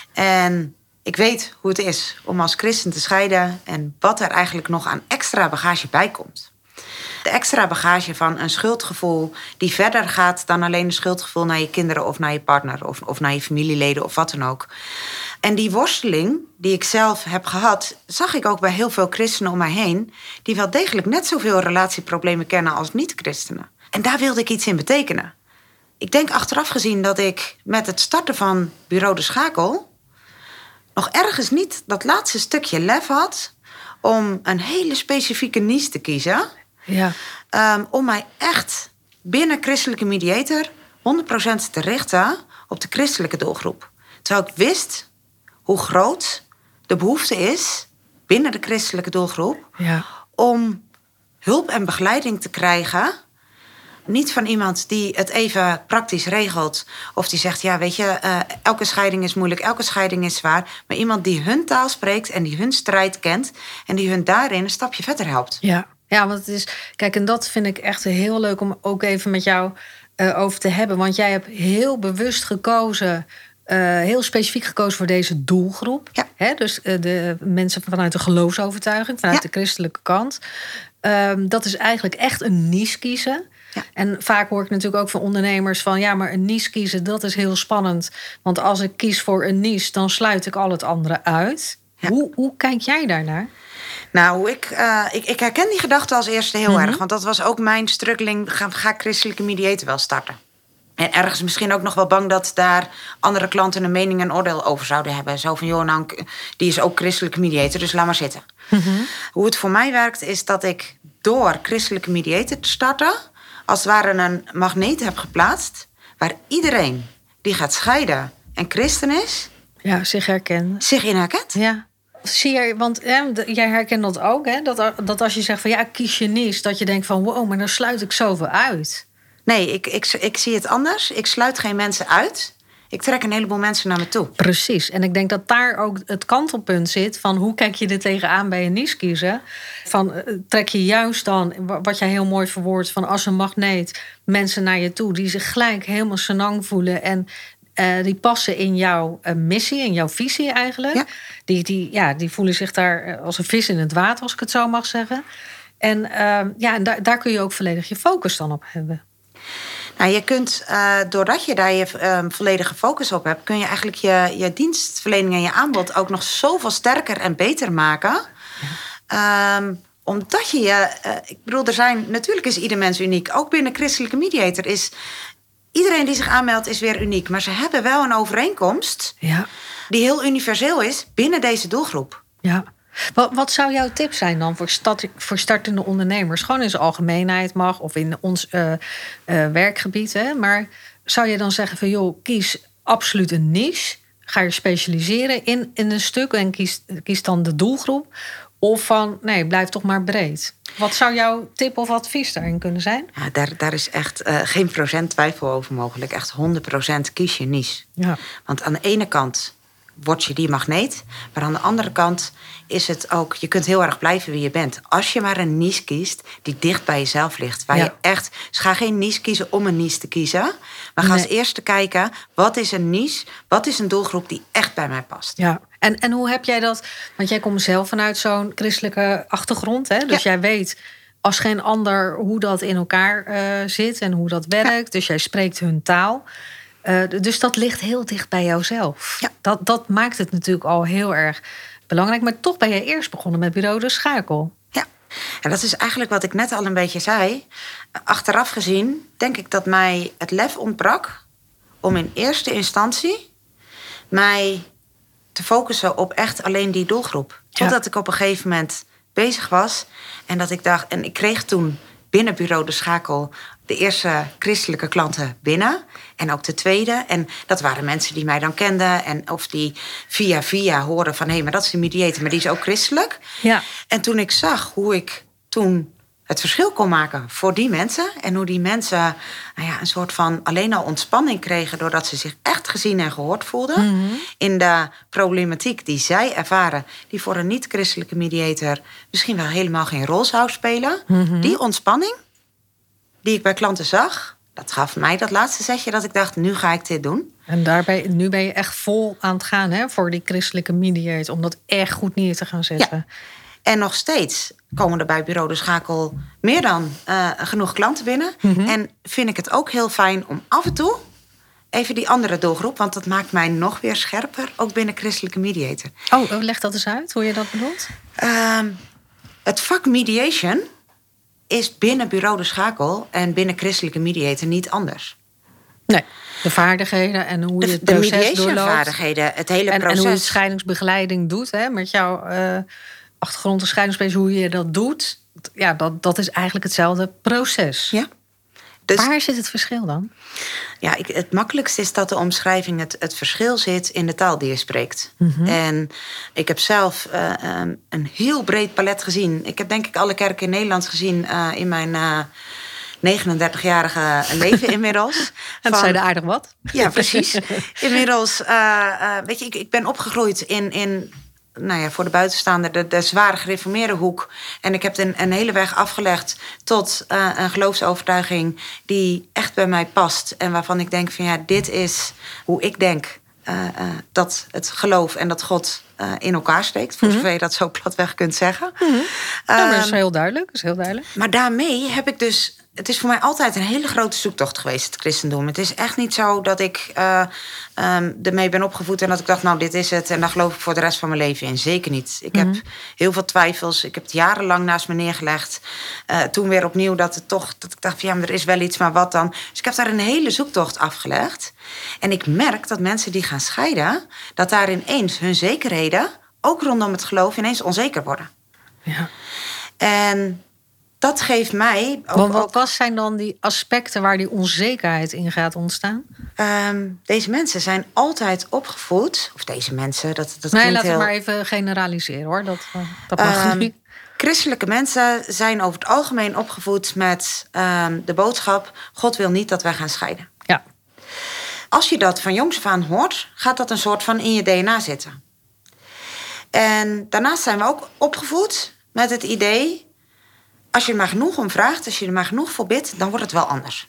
En ik weet hoe het is om als christen te scheiden en wat er eigenlijk nog aan extra bagage bij komt. De extra bagage van een schuldgevoel die verder gaat dan alleen een schuldgevoel naar je kinderen of naar je partner of, of naar je familieleden of wat dan ook. En die worsteling die ik zelf heb gehad, zag ik ook bij heel veel christenen om mij heen, die wel degelijk net zoveel relatieproblemen kennen als niet-christenen. En daar wilde ik iets in betekenen. Ik denk achteraf gezien dat ik met het starten van Bureau de Schakel nog ergens niet dat laatste stukje lef had om een hele specifieke niche te kiezen. Ja. Um, om mij echt binnen Christelijke Mediator honderd procent te richten op de christelijke doelgroep. Terwijl ik wist hoe groot de behoefte is binnen de christelijke doelgroep, ja, om hulp en begeleiding te krijgen. Niet van iemand die het even praktisch regelt, of die zegt, ja, weet je, uh, elke scheiding is moeilijk, elke scheiding is zwaar. Maar iemand die hun taal spreekt en die hun strijd kent en die hun daarin een stapje verder helpt. Ja, ja, want het is, kijk, en dat vind ik echt heel leuk om ook even met jou uh, over te hebben. Want jij hebt heel bewust gekozen, uh, heel specifiek gekozen voor deze doelgroep. Ja. Hè? Dus uh, de mensen vanuit de geloofsovertuiging, vanuit ja. de christelijke kant. Uh, dat is eigenlijk echt een niche kiezen. Ja. En vaak hoor ik natuurlijk ook van ondernemers van, ja, maar een niche kiezen, dat is heel spannend. Want als ik kies voor een niche, dan sluit ik al het andere uit. Ja. Hoe, hoe kijk jij daarnaar? Nou, ik, uh, ik, ik herken die gedachte als eerste heel mm-hmm. erg. Want dat was ook mijn struggling. Ga, ga ik Christelijke Mediator wel starten? En ergens misschien ook nog wel bang dat daar andere klanten een mening en oordeel over zouden hebben. Zo van, joh, nou, die is ook Christelijke Mediator, dus laat maar zitten. Mm-hmm. Hoe het voor mij werkt, is dat ik door Christelijke Mediator te starten als het ware een magneet heb geplaatst, waar iedereen die gaat scheiden en christen is, ja, zich herkent. Zich in herkent. Ja. Zie je, want hè, jij herkent dat ook, hè? Dat, dat als je zegt van ja, kies je niche, dat je denkt van wow, maar dan sluit ik zoveel uit. Nee, ik, ik, ik zie het anders. Ik sluit geen mensen uit. Ik trek een heleboel mensen naar me toe. Precies. En ik denk dat daar ook het kantelpunt zit van hoe kijk je er tegenaan bij een niche kiezen. Van trek je juist dan, wat jij heel mooi verwoordt, van als een magneet mensen naar je toe die zich gelijk helemaal senang voelen en uh, die passen in jouw uh, missie, in jouw visie eigenlijk. Ja. Die, die, ja, die voelen zich daar als een vis in het water, als ik het zo mag zeggen. En uh, ja, en daar, daar kun je ook volledig je focus dan op hebben. Nou, je kunt, uh, doordat je daar je uh, volledige focus op hebt, kun je eigenlijk je, je dienstverlening en je aanbod ook nog zoveel sterker en beter maken. Ja. Um, omdat je je, uh, ik bedoel, er zijn, natuurlijk is ieder mens uniek. Ook binnen Christelijke Mediator is iedereen die zich aanmeldt is weer uniek. Maar ze hebben wel een overeenkomst ja. die heel universeel is binnen deze doelgroep. Ja. Wat, wat zou jouw tip zijn dan voor, start, voor startende ondernemers? Gewoon in zijn algemeenheid mag of in ons uh, uh, werkgebied. Hè? Maar zou je dan zeggen van joh, kies absoluut een niche. Ga je specialiseren in, in een stuk en kies, kies dan de doelgroep. Of van nee, blijf toch maar breed. Wat zou jouw tip of advies daarin kunnen zijn? Ja, daar, daar is echt uh, geen procent twijfel over mogelijk. Echt honderd procent kies je niche. Ja. Want aan de ene kant word je die magneet. Maar aan de andere kant is het ook, je kunt heel erg blijven wie je bent. Als je maar een niche kiest die dicht bij jezelf ligt. Waar ja. je echt, dus ga geen niche kiezen om een niche te kiezen. Maar ga nee. als eerste kijken, wat is een niche? Wat is een doelgroep die echt bij mij past? Ja. En, en hoe heb jij dat? Want jij komt zelf vanuit zo'n christelijke achtergrond. Hè? Dus ja. jij weet als geen ander hoe dat in elkaar uh, zit en hoe dat werkt. Ja. Dus jij spreekt hun taal. Uh, dus dat ligt heel dicht bij jouzelf. Ja. Dat, dat maakt het natuurlijk al heel erg belangrijk. Maar toch ben je eerst begonnen met Bureau De Schakel. Ja, en dat is eigenlijk wat ik net al een beetje zei. Achteraf gezien denk ik dat mij het lef ontbrak om in eerste instantie mij te focussen op echt alleen die doelgroep. Totdat ja. ik op een gegeven moment bezig was en dat ik dacht, en ik kreeg toen binnen Bureau De Schakel de eerste christelijke klanten binnen. En ook de tweede. En dat waren mensen die mij dan kenden. En of die via via horen van hé, hey, maar dat is een mediator, maar die is ook christelijk. Ja. En toen ik zag hoe ik toen het verschil kon maken voor die mensen. En hoe die mensen nou ja, een soort van alleen al ontspanning kregen doordat ze zich echt gezien en gehoord voelden. Mm-hmm. In de problematiek die zij ervaren, die voor een niet-christelijke mediator misschien wel helemaal geen rol zou spelen. Mm-hmm. Die ontspanning die ik bij klanten zag, dat gaf mij dat laatste zetje dat ik dacht, nu ga ik dit doen. En daarbij, nu ben je echt vol aan het gaan hè, voor die christelijke mediator, om dat echt goed neer te gaan zetten. Ja. En nog steeds komen er bij Bureau De Schakel meer dan uh, genoeg klanten binnen. Mm-hmm. En vind ik het ook heel fijn om af en toe even die andere doelgroep, want dat maakt mij nog weer scherper, ook binnen christelijke mediator. Oh, leg dat eens uit, hoe je dat bedoelt. Uh, het vak mediation is binnen Bureau De Schakel en binnen christelijke mediator niet anders. Nee, de vaardigheden en hoe je het proces doorloopt. De mediation-vaardigheden, het hele en, proces. En hoe je scheidingsbegeleiding doet, hè, met jouw uh, achtergrond de scheidingsproces, hoe je dat doet. Ja, dat, dat is eigenlijk hetzelfde proces. Ja. Dus, waar zit het verschil dan? Ja, ik, het makkelijkste is dat de omschrijving het, het verschil zit in de taal die je spreekt. Mm-hmm. En ik heb zelf uh, um, een heel breed palet gezien. Ik heb denk ik alle kerken in Nederland gezien uh, in mijn uh, negenendertigjarige leven inmiddels. En dat van, zei de aardig wat. Ja, precies. Inmiddels, uh, uh, weet je, ik, ik ben opgegroeid in... in nou ja, voor de buitenstaander de, de zware gereformeerde hoek. En ik heb een, een hele weg afgelegd tot uh, een geloofsovertuiging die echt bij mij past. En waarvan ik denk van ja, dit is hoe ik denk uh, uh, dat het geloof en dat God uh, in elkaar steekt. Voor mm-hmm. zover je dat zo platweg kunt zeggen. Mm-hmm. Ja, maar dat is heel duidelijk. Dat is heel duidelijk. Maar daarmee heb ik dus... Het is voor mij altijd een hele grote zoektocht geweest, het christendom. Het is echt niet zo dat ik uh, um, ermee ben opgevoed en dat ik dacht, nou, dit is het. En daar geloof ik voor de rest van mijn leven in. Zeker niet. Ik mm-hmm. heb heel veel twijfels. Ik heb het jarenlang naast me neergelegd. Uh, toen weer opnieuw dat het toch, dat ik dacht, ja, maar er is wel iets, maar wat dan? Dus ik heb daar een hele zoektocht afgelegd. En ik merk dat mensen die gaan scheiden, dat daar ineens hun zekerheden, ook rondom het geloof, ineens onzeker worden. Ja. En dat geeft mij... Ook, Want wat ook, wat zijn dan die aspecten waar die onzekerheid in gaat ontstaan? Um, deze mensen zijn altijd opgevoed. Of deze mensen, dat, dat nee, klinkt laten heel... we maar even generaliseren, hoor. Dat, dat mag um, niet. Christelijke mensen zijn over het algemeen opgevoed met um, de boodschap: God wil niet dat wij gaan scheiden. Ja. als je dat van jongs af aan hoort, gaat dat een soort van in je D N A zitten. En daarnaast zijn we ook opgevoed met het idee, als je er maar genoeg om vraagt, als je er maar genoeg voor bidt, dan wordt het wel anders.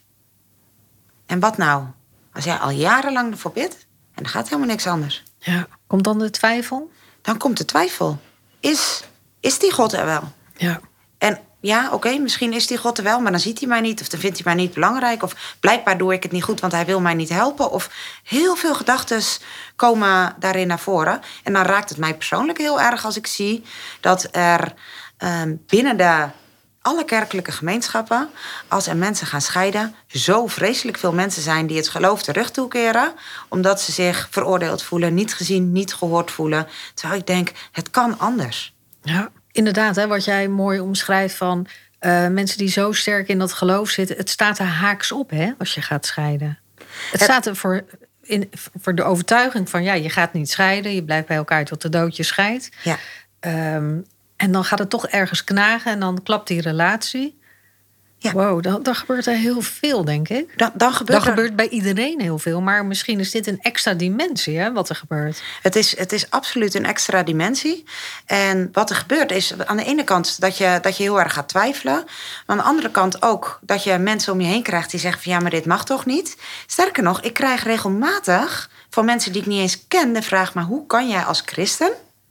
En wat nou? Als jij al jarenlang ervoor bidt en er gaat helemaal niks anders. Ja. Komt dan de twijfel? Dan komt de twijfel. Is, is die God er wel? Ja. En ja, oké, okay, misschien is die God er wel, maar dan ziet hij mij niet. Of dan vindt hij mij niet belangrijk. Of blijkbaar doe ik het niet goed, want hij wil mij niet helpen. Of heel veel gedachten komen daarin naar voren. En dan raakt het mij persoonlijk heel erg als ik zie dat er um, binnen de alle kerkelijke gemeenschappen, als er mensen gaan scheiden, zo vreselijk veel mensen zijn die het geloof de rug toekeren, omdat ze zich veroordeeld voelen, niet gezien, niet gehoord voelen. Terwijl ik denk, het kan anders. Ja, inderdaad, hè, wat jij mooi omschrijft van uh, mensen die zo sterk in dat geloof zitten. Het staat er haaks op, hè, als je gaat scheiden. Het staat er voor, in, voor de overtuiging van, ja, je gaat niet scheiden, je blijft bij elkaar tot de dood je scheidt. Ja. Um, En dan gaat het toch ergens knagen en dan klapt die relatie. Ja. Wow, dan, dan gebeurt er heel veel, denk ik. Dan, dan, gebeurt, dan er... gebeurt bij iedereen heel veel. Maar misschien is dit een extra dimensie, hè, wat er gebeurt. Het is, het is absoluut een extra dimensie. En wat er gebeurt is aan de ene kant dat je, dat je heel erg gaat twijfelen. Maar aan de andere kant ook dat je mensen om je heen krijgt die zeggen van ja, maar dit mag toch niet? Sterker nog, ik krijg regelmatig van mensen die ik niet eens ken de vraag, maar hoe kan jij als christen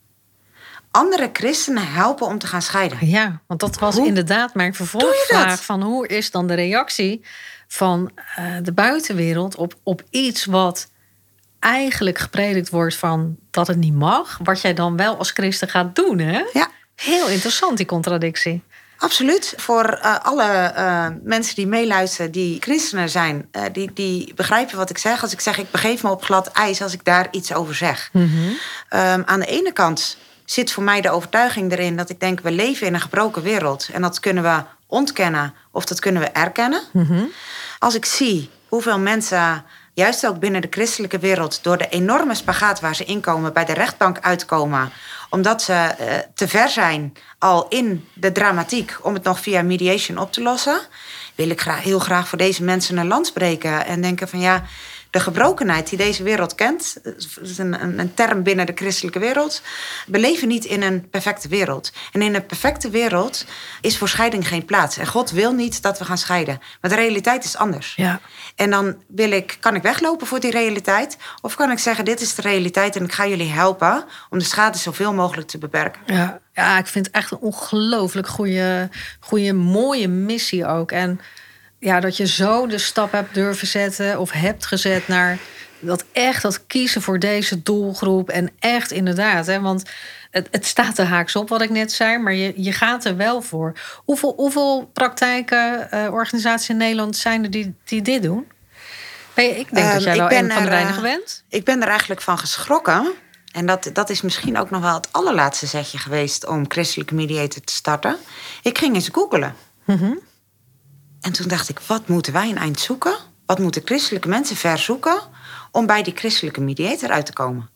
andere christenen helpen om te gaan scheiden? Ja, want dat was hoe inderdaad mijn vervolgvraag van hoe is dan de reactie van uh, de buitenwereld op, op iets wat eigenlijk gepredikt wordt van dat het niet mag, wat jij dan wel als christen gaat doen, hè? Ja. Heel interessant, die contradictie. Absoluut. Voor uh, alle uh, mensen die meeluisteren, die christenen zijn, uh, die, die begrijpen wat ik zeg. Als ik zeg, ik begeef me op glad ijs als ik daar iets over zeg. Mm-hmm. Um, aan de ene kant zit voor mij de overtuiging erin dat ik denk, we leven in een gebroken wereld. En dat kunnen we ontkennen of dat kunnen we erkennen. Mm-hmm. Als ik zie hoeveel mensen, juist ook binnen de christelijke wereld, door de enorme spagaat waar ze inkomen, bij de rechtbank uitkomen, omdat ze uh, te ver zijn al in de dramatiek om het nog via mediation op te lossen, wil ik graag, heel graag voor deze mensen een lans breken en denken van ja, de gebrokenheid die deze wereld kent, dat is een, een, een term binnen de christelijke wereld. We leven niet in een perfecte wereld. En in een perfecte wereld is voor scheiding geen plaats. En God wil niet dat we gaan scheiden. Maar de realiteit is anders. Ja. En dan wil ik, kan ik weglopen voor die realiteit? Of kan ik zeggen, dit is de realiteit en ik ga jullie helpen om de schade zoveel mogelijk te beperken? Ja, ja, ik vind het echt een ongelooflijk goede, goede, mooie missie ook. En ja, dat je zo de stap hebt durven zetten of hebt gezet naar dat echt dat kiezen voor deze doelgroep. En echt inderdaad, hè, want het, het staat er haaks op wat ik net zei, maar je, je gaat er wel voor. Hoeveel, hoeveel praktijken, uh, organisaties in Nederland zijn er die, die dit doen? Ben je, ik denk um, dat jij wel een van de weinigen bent. Ik ben er eigenlijk van geschrokken. En dat, dat is misschien ook nog wel het allerlaatste zetje geweest om christelijke mediator te starten. Ik ging eens googelen. Mm-hmm. En toen dacht ik, wat moeten wij een eind zoeken? Wat moeten christelijke mensen verzoeken om bij die christelijke mediator uit te komen?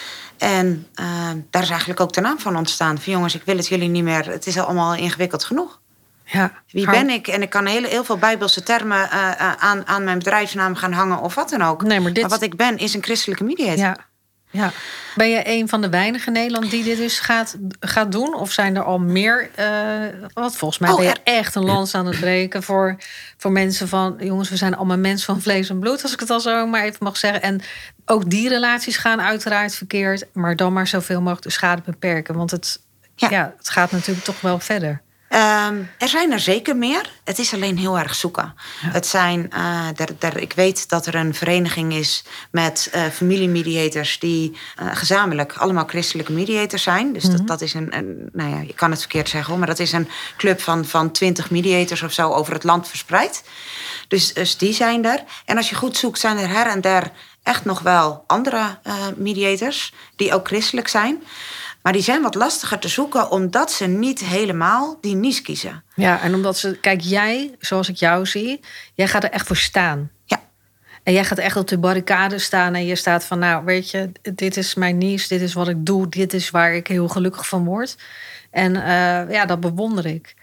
En uh, daar is eigenlijk ook de naam van ontstaan. Van jongens, ik wil het jullie niet meer. Het is allemaal ingewikkeld genoeg. Ja, Wie hou... ben ik? En ik kan heel, heel veel bijbelse termen uh, uh, aan, aan mijn bedrijfsnaam gaan hangen of wat dan ook. Nee, maar, dit... maar wat ik ben, is een christelijke mediator. Ja. Ja. Ben je een van de weinigen in Nederland die dit dus gaat, gaat doen? Of zijn er al meer? Uh, wat volgens mij oh, ben je echt een lans aan het breken voor, voor mensen van, jongens, we zijn allemaal mensen van vlees en bloed, als ik het al zo maar even mag zeggen. En ook die relaties gaan uiteraard verkeerd, maar dan maar zoveel mogelijk de schade beperken. Want het, ja. Ja, het gaat natuurlijk toch wel verder. Um, er zijn er zeker meer. Het is alleen heel erg zoeken. Ja. Het zijn, uh, der, der, ik weet dat er een vereniging is met uh, familiemediators die uh, gezamenlijk allemaal christelijke mediators zijn. Dus mm-hmm. dat, dat is een, een, nou ja, je kan het verkeerd zeggen, maar dat is een club van, van twintig mediators of zo over het land verspreid. Dus, dus die zijn er. En als je goed zoekt, zijn er her en der echt nog wel andere uh, mediators die ook christelijk zijn. Maar die zijn wat lastiger te zoeken omdat ze niet helemaal die niche kiezen. Ja, en omdat ze... Kijk, jij, zoals ik jou zie, jij gaat er echt voor staan. Ja. En jij gaat echt op de barricade staan en je staat van, nou, weet je, dit is mijn niche, dit is wat ik doe, dit is waar ik heel gelukkig van word. En uh, ja, dat bewonder ik.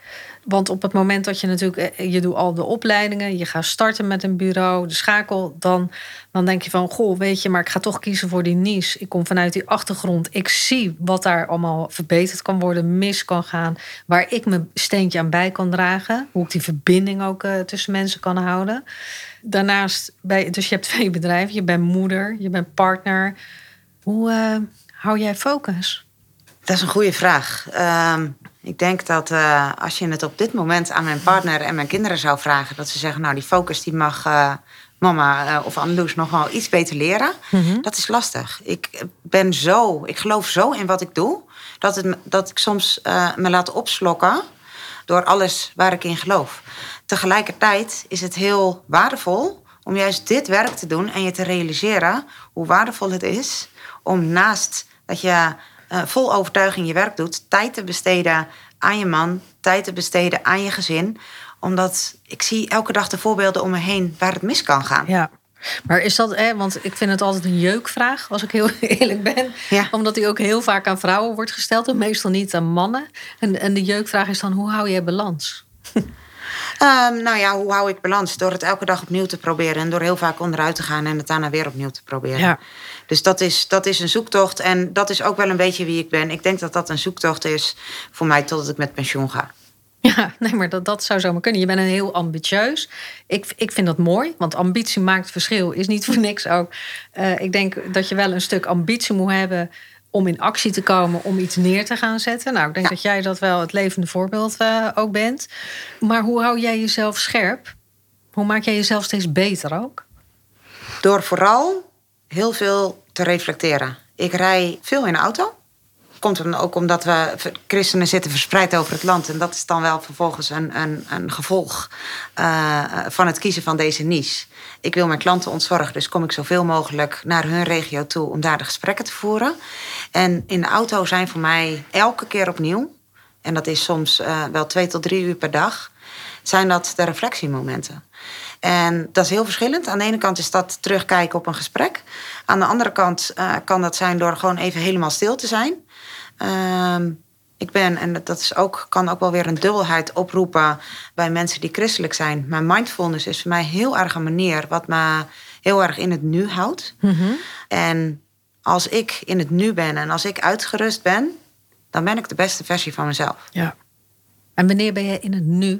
Want op het moment dat je natuurlijk... je doet al de opleidingen, je gaat starten met een bureau, de schakel... dan, dan denk je van, goh, weet je, maar ik ga toch kiezen voor die niche. Ik kom vanuit die achtergrond. Ik zie wat daar allemaal verbeterd kan worden, mis kan gaan... waar ik mijn steentje aan bij kan dragen. Hoe ik die verbinding ook uh, tussen mensen kan houden. Daarnaast, bij, dus je hebt twee bedrijven. Je bent moeder, je bent partner. Hoe uh, hou jij focus? Dat is een goede vraag. Uh, ik denk dat uh, als je het op dit moment aan mijn partner en mijn kinderen zou vragen... dat ze zeggen, nou, die focus die mag uh, mama uh, of Anneloes nog wel iets beter leren. Mm-hmm. Dat is lastig. Ik ben zo, ik geloof zo in wat ik doe... dat, het, dat ik soms uh, me laat opslokken door alles waar ik in geloof. Tegelijkertijd is het heel waardevol om juist dit werk te doen... en je te realiseren hoe waardevol het is om naast dat je... Uh, vol overtuiging je werk doet, tijd te besteden aan je man, tijd te besteden aan je gezin. Omdat ik zie elke dag de voorbeelden om me heen waar het mis kan gaan. Ja, maar is dat, hè, want ik vind het altijd een jeukvraag, als ik heel eerlijk ben. Ja. Omdat die ook heel vaak aan vrouwen wordt gesteld en meestal niet aan mannen. En, en de jeukvraag is dan, hoe hou je balans? Um, nou ja, hoe hou ik balans? Door het elke dag opnieuw te proberen. En door heel vaak onderuit te gaan en het daarna weer opnieuw te proberen. Ja. Dus dat is, dat is een zoektocht. En dat is ook wel een beetje wie ik ben. Ik denk dat dat een zoektocht is voor mij totdat ik met pensioen ga. Ja, nee, maar dat, dat zou zomaar kunnen. Je bent een heel ambitieus. Ik, ik vind dat mooi, want ambitie maakt verschil. Is niet voor niks ook. Uh, ik denk dat je wel een stuk ambitie moet hebben... om in actie te komen, om iets neer te gaan zetten. Nou, ik denk ja. dat jij dat wel het levende voorbeeld uh, ook bent. Maar hoe hou jij jezelf scherp? Hoe maak jij jezelf steeds beter ook? Door vooral heel veel te reflecteren. Ik rij veel in de auto. Komt dan ook omdat we christenen zitten verspreid over het land. En dat is dan wel vervolgens een, een, een gevolg uh, van het kiezen van deze niche. Ik wil mijn klanten ontzorgen, dus kom ik zoveel mogelijk naar hun regio toe om daar de gesprekken te voeren. En in de auto zijn voor mij elke keer opnieuw, en dat is soms uh, wel twee tot drie uur per dag, zijn dat de reflectiemomenten. En dat is heel verschillend. Aan de ene kant is dat terugkijken op een gesprek. Aan de andere kant uh, kan dat zijn door gewoon even helemaal stil te zijn. Uh, ik ben, en dat is ook, kan ook wel weer een dubbelheid oproepen bij mensen die christelijk zijn. Maar mindfulness is voor mij heel erg een manier wat me heel erg in het nu houdt. Mm-hmm. En als ik in het nu ben en als ik uitgerust ben, dan ben ik de beste versie van mezelf. Ja. En wanneer ben je in het nu?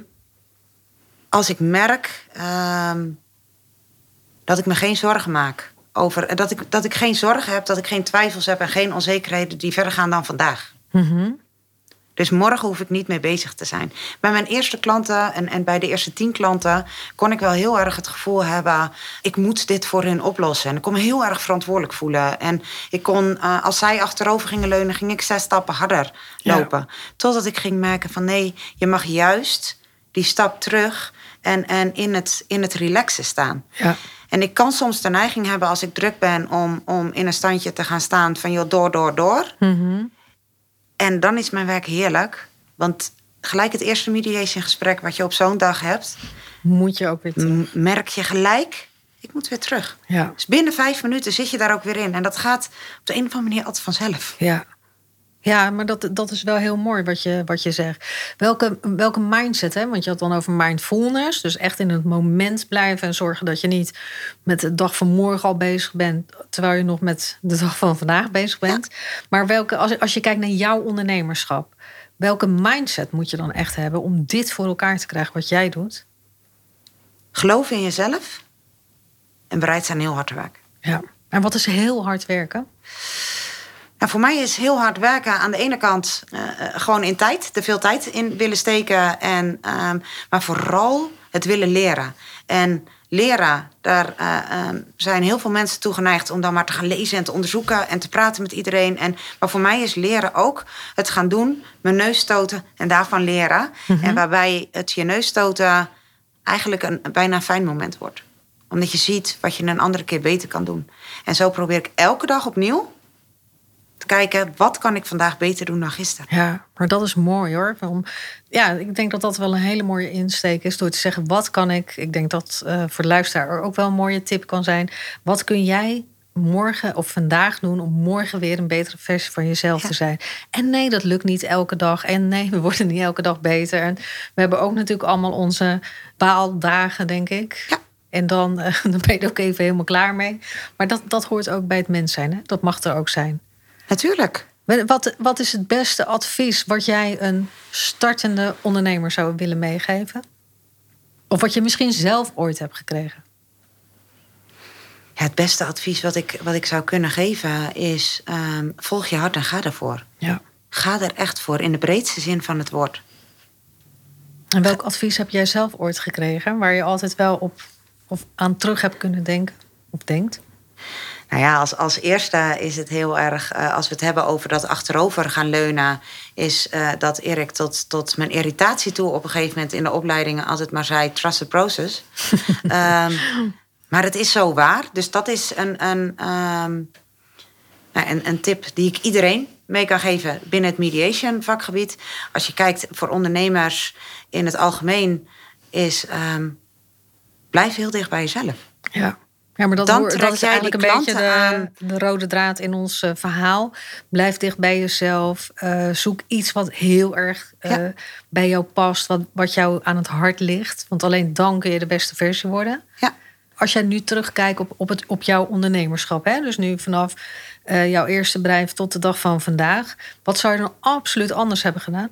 Als ik merk uh, dat ik me geen zorgen maak. Over, dat, ik, dat ik geen zorgen heb, dat ik geen twijfels heb en geen onzekerheden die verder gaan dan vandaag. Mm-hmm. Dus morgen hoef ik niet mee bezig te zijn. Bij mijn eerste klanten en, en bij de eerste tien klanten kon ik wel heel erg het gevoel hebben, ik moet dit voor hun oplossen. En ik kon me heel erg verantwoordelijk voelen. En ik kon, uh, als zij achterover gingen leunen, ging ik zes stappen harder lopen. Ja. Totdat ik ging merken van nee, je mag juist die stap terug en, en in, het, in het relaxen staan. Ja. En ik kan soms de neiging hebben als ik druk ben om, om in een standje te gaan staan van joh, door, door, door. Mm-hmm. En dan is mijn werk heerlijk. Want gelijk het eerste mediation gesprek wat je op zo'n dag hebt, moet je ook weer terug. Merk je gelijk, ik moet weer terug. Ja. Dus binnen vijf minuten zit je daar ook weer in. En dat gaat op de een of andere manier altijd vanzelf. Ja. Ja, maar dat, dat is wel heel mooi wat je, wat je zegt. Welke, welke mindset, hè? Want je had dan over mindfulness. Dus echt in het moment blijven en zorgen dat je niet met de dag van morgen al bezig bent, terwijl je nog met de dag van vandaag bezig bent. Ja. Maar welke, als, als je kijkt naar jouw ondernemerschap, welke mindset moet je dan echt hebben om dit voor elkaar te krijgen wat jij doet? Geloof in jezelf en bereid zijn heel hard te werken. Ja. En wat is heel hard werken? Nou, voor mij is heel hard werken aan de ene kant uh, gewoon in tijd, te veel tijd in willen steken. En, um, maar vooral het willen leren. En leren, daar uh, um, zijn heel veel mensen toe geneigd om dan maar te gaan lezen en te onderzoeken en te praten met iedereen. En, maar voor mij is leren ook het gaan doen, mijn neus stoten en daarvan leren. Mm-hmm. En waarbij het je neus stoten eigenlijk een, bijna een fijn moment wordt. Omdat je ziet wat je een andere keer beter kan doen. En zo probeer ik elke dag opnieuw te kijken, wat kan ik vandaag beter doen dan gisteren? Ja, maar dat is mooi hoor. Ja, ik denk dat dat wel een hele mooie insteek is. Door te zeggen, wat kan ik? Ik denk dat uh, voor de luisteraar ook wel een mooie tip kan zijn. Wat kun jij morgen of vandaag doen om morgen weer een betere versie van jezelf Ja. te zijn. En nee, dat lukt niet elke dag. En nee, we worden niet elke dag beter. En we hebben ook natuurlijk allemaal onze baaldagen, denk ik. Ja. En dan, uh, dan ben je er ook even helemaal klaar mee. Maar dat, dat hoort ook bij het mens zijn. Hè? Dat mag er ook zijn. Natuurlijk. Wat, wat is het beste advies wat jij een startende ondernemer zou willen meegeven? Of wat je misschien zelf ooit hebt gekregen? Ja, het beste advies wat ik, wat ik zou kunnen geven is... Um, volg je hart en ga ervoor. Ja. Ga er echt voor, in de breedste zin van het woord. En welk advies heb jij zelf ooit gekregen... waar je altijd wel op, of aan terug hebt kunnen denken? Of denkt? Nou ja, als, als eerste is het heel erg... Uh, als we het hebben over dat achterover gaan leunen... is uh, dat Erik tot, tot mijn irritatie toe... op een gegeven moment in de opleidingen altijd maar zei... trust the process. um, maar het is zo waar. Dus dat is een, een, um, nou, een, een tip die ik iedereen mee kan geven... binnen het mediation vakgebied. Als je kijkt voor ondernemers in het algemeen... is um, blijf heel dicht bij jezelf. Ja. Ja, maar dat, Dan hoor, dat is eigenlijk een beetje de, aan... de rode draad in ons uh, verhaal. Blijf dicht bij jezelf. Uh, zoek iets wat heel erg uh, ja. bij jou past. Wat, wat jou aan het hart ligt. Want alleen dan kun je de beste versie worden. Ja. Als jij nu terugkijkt op, op, het, op jouw ondernemerschap. Hè? Dus nu vanaf uh, jouw eerste bedrijf tot de dag van vandaag. Wat zou je dan absoluut anders hebben gedaan?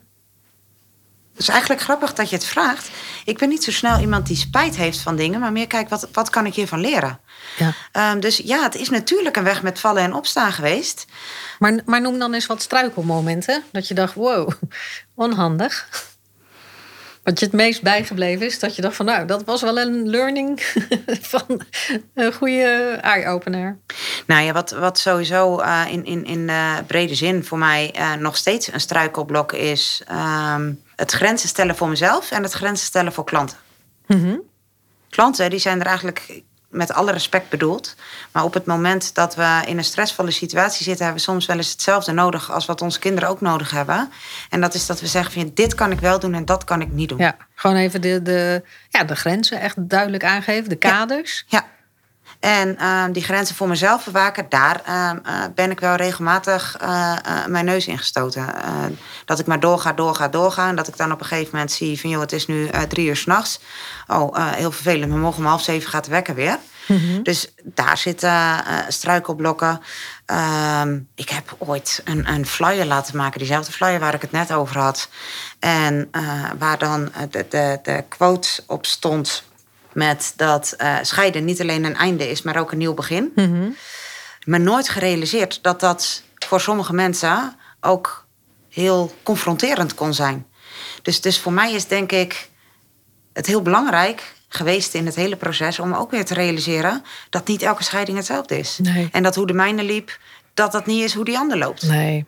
Het is eigenlijk grappig dat je het vraagt. Ik ben niet zo snel iemand die spijt heeft van dingen... maar meer kijk, wat, wat kan ik hiervan leren? Ja. Um, dus ja, het is natuurlijk een weg met vallen en opstaan geweest. Maar, maar noem dan eens wat struikelmomenten. Dat je dacht, wow, onhandig. Wat je het meest bijgebleven is, dat je dacht van... nou, dat was wel een learning van een goede eye-opener. Nou ja, wat, wat sowieso uh, in, in, in uh, brede zin voor mij uh, nog steeds een struikelblok is... Um, het grenzen stellen voor mezelf en het grenzen stellen voor klanten. Mm-hmm. Klanten die zijn er eigenlijk met alle respect bedoeld. Maar op het moment dat we in een stressvolle situatie zitten... hebben we soms wel eens hetzelfde nodig als wat onze kinderen ook nodig hebben. En dat is dat we zeggen van dit kan ik wel doen en dat kan ik niet doen. Ja, gewoon even de, de, ja, de grenzen echt duidelijk aangeven, de kaders. Ja. ja. En uh, die grenzen voor mezelf bewaken, daar uh, uh, ben ik wel regelmatig uh, uh, mijn neus ingestoten. Uh, dat ik maar doorga, doorga, doorga. En dat ik dan op een gegeven moment zie van... joh, het is nu uh, drie uur 's nachts. Oh, uh, heel vervelend, maar morgen om half zeven gaat de wekker weer. Mm-hmm. Dus daar zitten uh, struikelblokken. Uh, ik heb ooit een, een flyer laten maken. Diezelfde flyer waar ik het net over had. En uh, waar dan de, de, de quote op stond... met dat uh, scheiden niet alleen een einde is, maar ook een nieuw begin. Mm-hmm. Maar nooit gerealiseerd dat dat voor sommige mensen ook heel confronterend kon zijn. Dus, dus voor mij is denk ik het heel belangrijk geweest in het hele proces... om ook weer te realiseren dat niet elke scheiding hetzelfde is. Nee. En dat hoe de mijne liep, dat dat niet is hoe die ander loopt. Nee.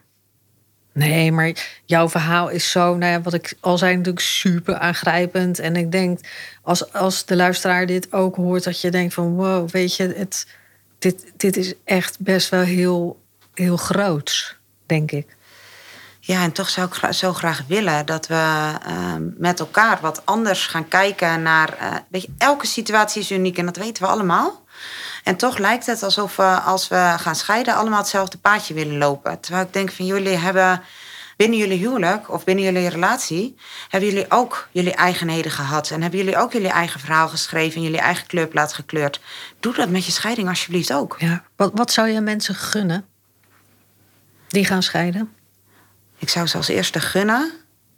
Nee, maar jouw verhaal is zo, nou ja, wat ik al zei, natuurlijk super aangrijpend. En ik denk, als, als de luisteraar dit ook hoort, dat je denkt van... wow, weet je, het, dit, dit is echt best wel heel, heel groots, denk ik. Ja, en toch zou ik zo graag willen dat we uh, met elkaar wat anders gaan kijken naar... Uh, weet je, elke situatie is uniek en dat weten we allemaal. En toch lijkt het alsof we, als we gaan scheiden... allemaal hetzelfde paadje willen lopen. Terwijl ik denk van jullie hebben binnen jullie huwelijk of binnen jullie relatie... hebben jullie ook jullie eigenheden gehad. En hebben jullie ook jullie eigen verhaal geschreven... en jullie eigen kleurplaat gekleurd. Doe dat met je scheiding alsjeblieft ook. Ja. Wat, wat zou je mensen gunnen die gaan scheiden? Ik zou ze als eerste gunnen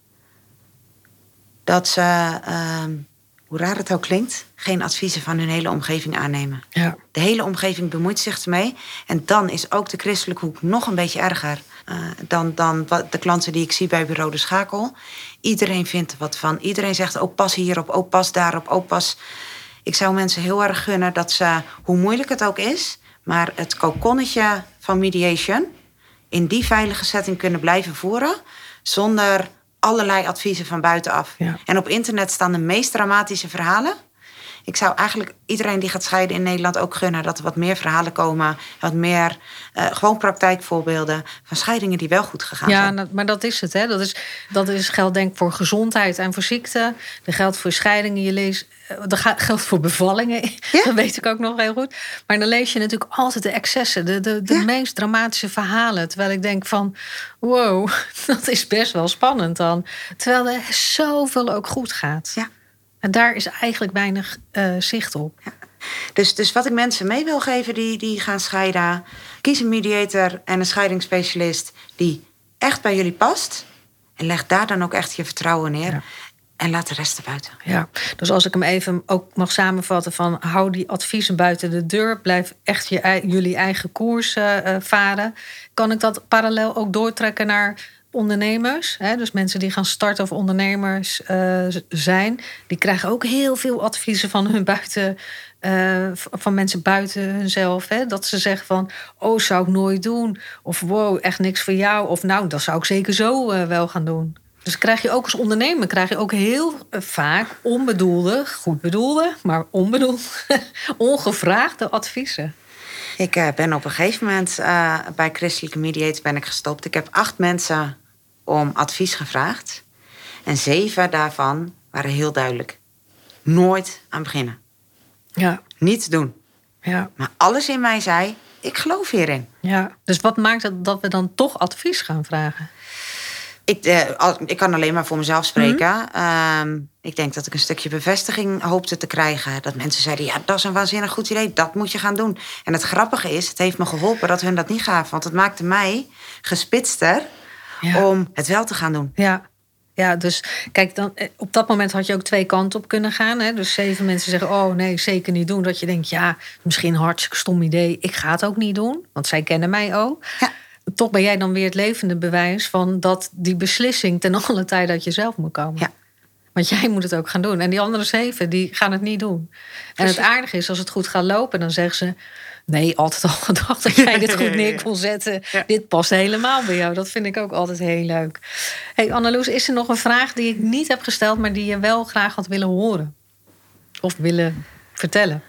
dat ze, uh, hoe raar het ook klinkt... geen adviezen van hun hele omgeving aannemen. Ja. De hele omgeving bemoeit zich ermee. En dan is ook de christelijke hoek nog een beetje erger... Uh, dan, dan de klanten die ik zie bij Bureau de Schakel. Iedereen vindt er wat van. Iedereen zegt, ook pas hierop, ook pas daarop, ook pas... Ik zou mensen heel erg gunnen dat ze, hoe moeilijk het ook is... maar het kokonnetje van mediation... in die veilige setting kunnen blijven voeren... zonder allerlei adviezen van buitenaf. Ja. En op internet staan de meest dramatische verhalen. Ik zou eigenlijk iedereen die gaat scheiden in Nederland ook gunnen dat er wat meer verhalen komen. Wat meer uh, gewoon praktijkvoorbeelden van scheidingen die wel goed gegaan ja, zijn. Ja, maar dat is het. Hè? Dat, is, dat is geldt denk ik voor gezondheid en voor ziekte. Dat geldt voor scheidingen. Je leest, dat geldt voor bevallingen. Ja? Dat weet ik ook nog heel goed. Maar dan lees je natuurlijk altijd de excessen. De, de, de ja? meest dramatische verhalen. Terwijl ik denk van, wow, dat is best wel spannend dan. Terwijl er zoveel ook goed gaat. Ja. En daar is eigenlijk weinig uh, zicht op. Ja. Dus, dus wat ik mensen mee wil geven die, die gaan scheiden, kies een mediator en een scheidingsspecialist die echt bij jullie past. En leg daar dan ook echt je vertrouwen neer. Ja. En laat de rest erbuiten. Ja, dus als ik hem even ook mag samenvatten van hou die adviezen buiten de deur. Blijf echt je, jullie eigen koers uh, varen. Kan ik dat parallel ook doortrekken naar ondernemers? Hè? Dus mensen die gaan starten of ondernemers uh, zijn. Die krijgen ook heel veel adviezen van hun buiten. Uh, van mensen buiten hunzelf. Hè? Dat ze zeggen van, oh, zou ik nooit doen. Of wow, echt niks voor jou. Of nou, dat zou ik zeker zo uh, wel gaan doen. Dus krijg je ook als ondernemer krijg je ook heel vaak onbedoelde, goed bedoelde, maar onbedoelde, ongevraagde adviezen. Ik uh, ben op een gegeven moment uh, bij Christelijke Mediators ben ik gestopt. Ik heb acht mensen om advies gevraagd. En zeven daarvan waren heel duidelijk. Nooit aan beginnen. Ja. Niets doen. Ja. Maar alles in mij zei, ik geloof hierin. Ja. Dus wat maakt het dat we dan toch advies gaan vragen? Ik, uh, ik kan alleen maar voor mezelf spreken. Mm-hmm. Um, ik denk dat ik een stukje bevestiging hoopte te krijgen. Dat mensen zeiden, ja, dat is een waanzinnig goed idee. Dat moet je gaan doen. En het grappige is, het heeft me geholpen dat hun dat niet gaven. Want het maakte mij gespitster ja. om het wel te gaan doen. Ja. Ja, dus kijk, dan, op dat moment had je ook twee kanten op kunnen gaan. Hè? Dus zeven mensen zeggen, oh nee, zeker niet doen. Dat je denkt, ja, misschien een hartstikke stom idee. Ik ga het ook niet doen, want zij kennen mij ook. Ja. Toch ben jij dan weer het levende bewijs van dat die beslissing ten alle tijde uit jezelf moet komen. Ja. Want jij moet het ook gaan doen. En die andere zeven, die gaan het niet doen. En het aardige is, als het goed gaat lopen, dan zeggen ze, nee, altijd al gedacht dat jij dit goed neer kon zetten. Ja. Dit past helemaal bij jou. Dat vind ik ook altijd heel leuk. Hey, Anneloes, is er nog een vraag die ik niet heb gesteld, maar die je wel graag had willen horen? Of willen vertellen?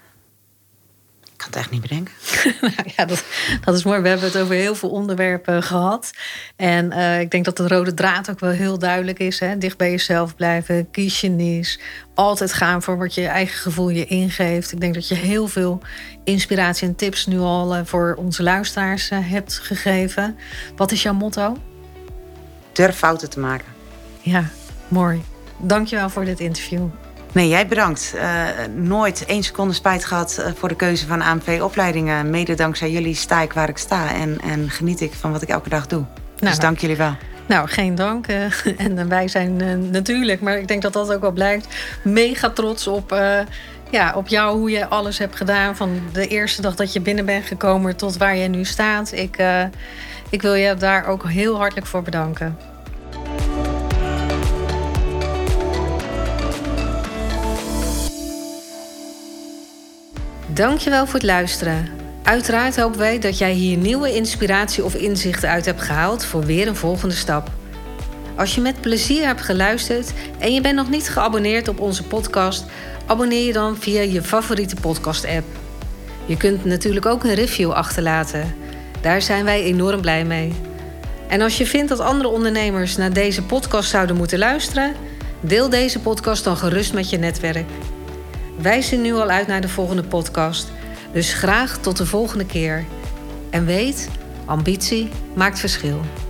Ik kan het echt niet bedenken. nou ja, dat, dat is mooi. We hebben het over heel veel onderwerpen gehad. En uh, ik denk dat de rode draad ook wel heel duidelijk is. Hè? Dicht bij jezelf blijven, kies je niche. Altijd gaan voor wat je eigen gevoel je ingeeft. Ik denk dat je heel veel inspiratie en tips nu al uh, voor onze luisteraars uh, hebt gegeven. Wat is jouw motto? Durf fouten te maken. Ja, mooi. Dankjewel voor dit interview. Nee, jij bedankt. Uh, nooit één seconde spijt gehad uh, voor de keuze van A M V-opleidingen. Mede dankzij jullie sta ik waar ik sta en, en geniet ik van wat ik elke dag doe. Nou, dus dank jullie wel. Nou, geen dank. Uh, en wij zijn uh, natuurlijk, maar ik denk dat dat ook wel blijkt, mega trots op, uh, ja, op jou, hoe je alles hebt gedaan. Van de eerste dag dat je binnen bent gekomen tot waar je nu staat. Ik, uh, ik wil je daar ook heel hartelijk voor bedanken. Dankjewel voor het luisteren. Uiteraard hopen wij dat jij hier nieuwe inspiratie of inzichten uit hebt gehaald voor weer een volgende stap. Als je met plezier hebt geluisterd en je bent nog niet geabonneerd op onze podcast, abonneer je dan via je favoriete podcast-app. Je kunt natuurlijk ook een review achterlaten. Daar zijn wij enorm blij mee. En als je vindt dat andere ondernemers naar deze podcast zouden moeten luisteren, deel deze podcast dan gerust met je netwerk. Wij zien nu al uit naar de volgende podcast. Dus graag tot de volgende keer. En weet, ambitie maakt verschil.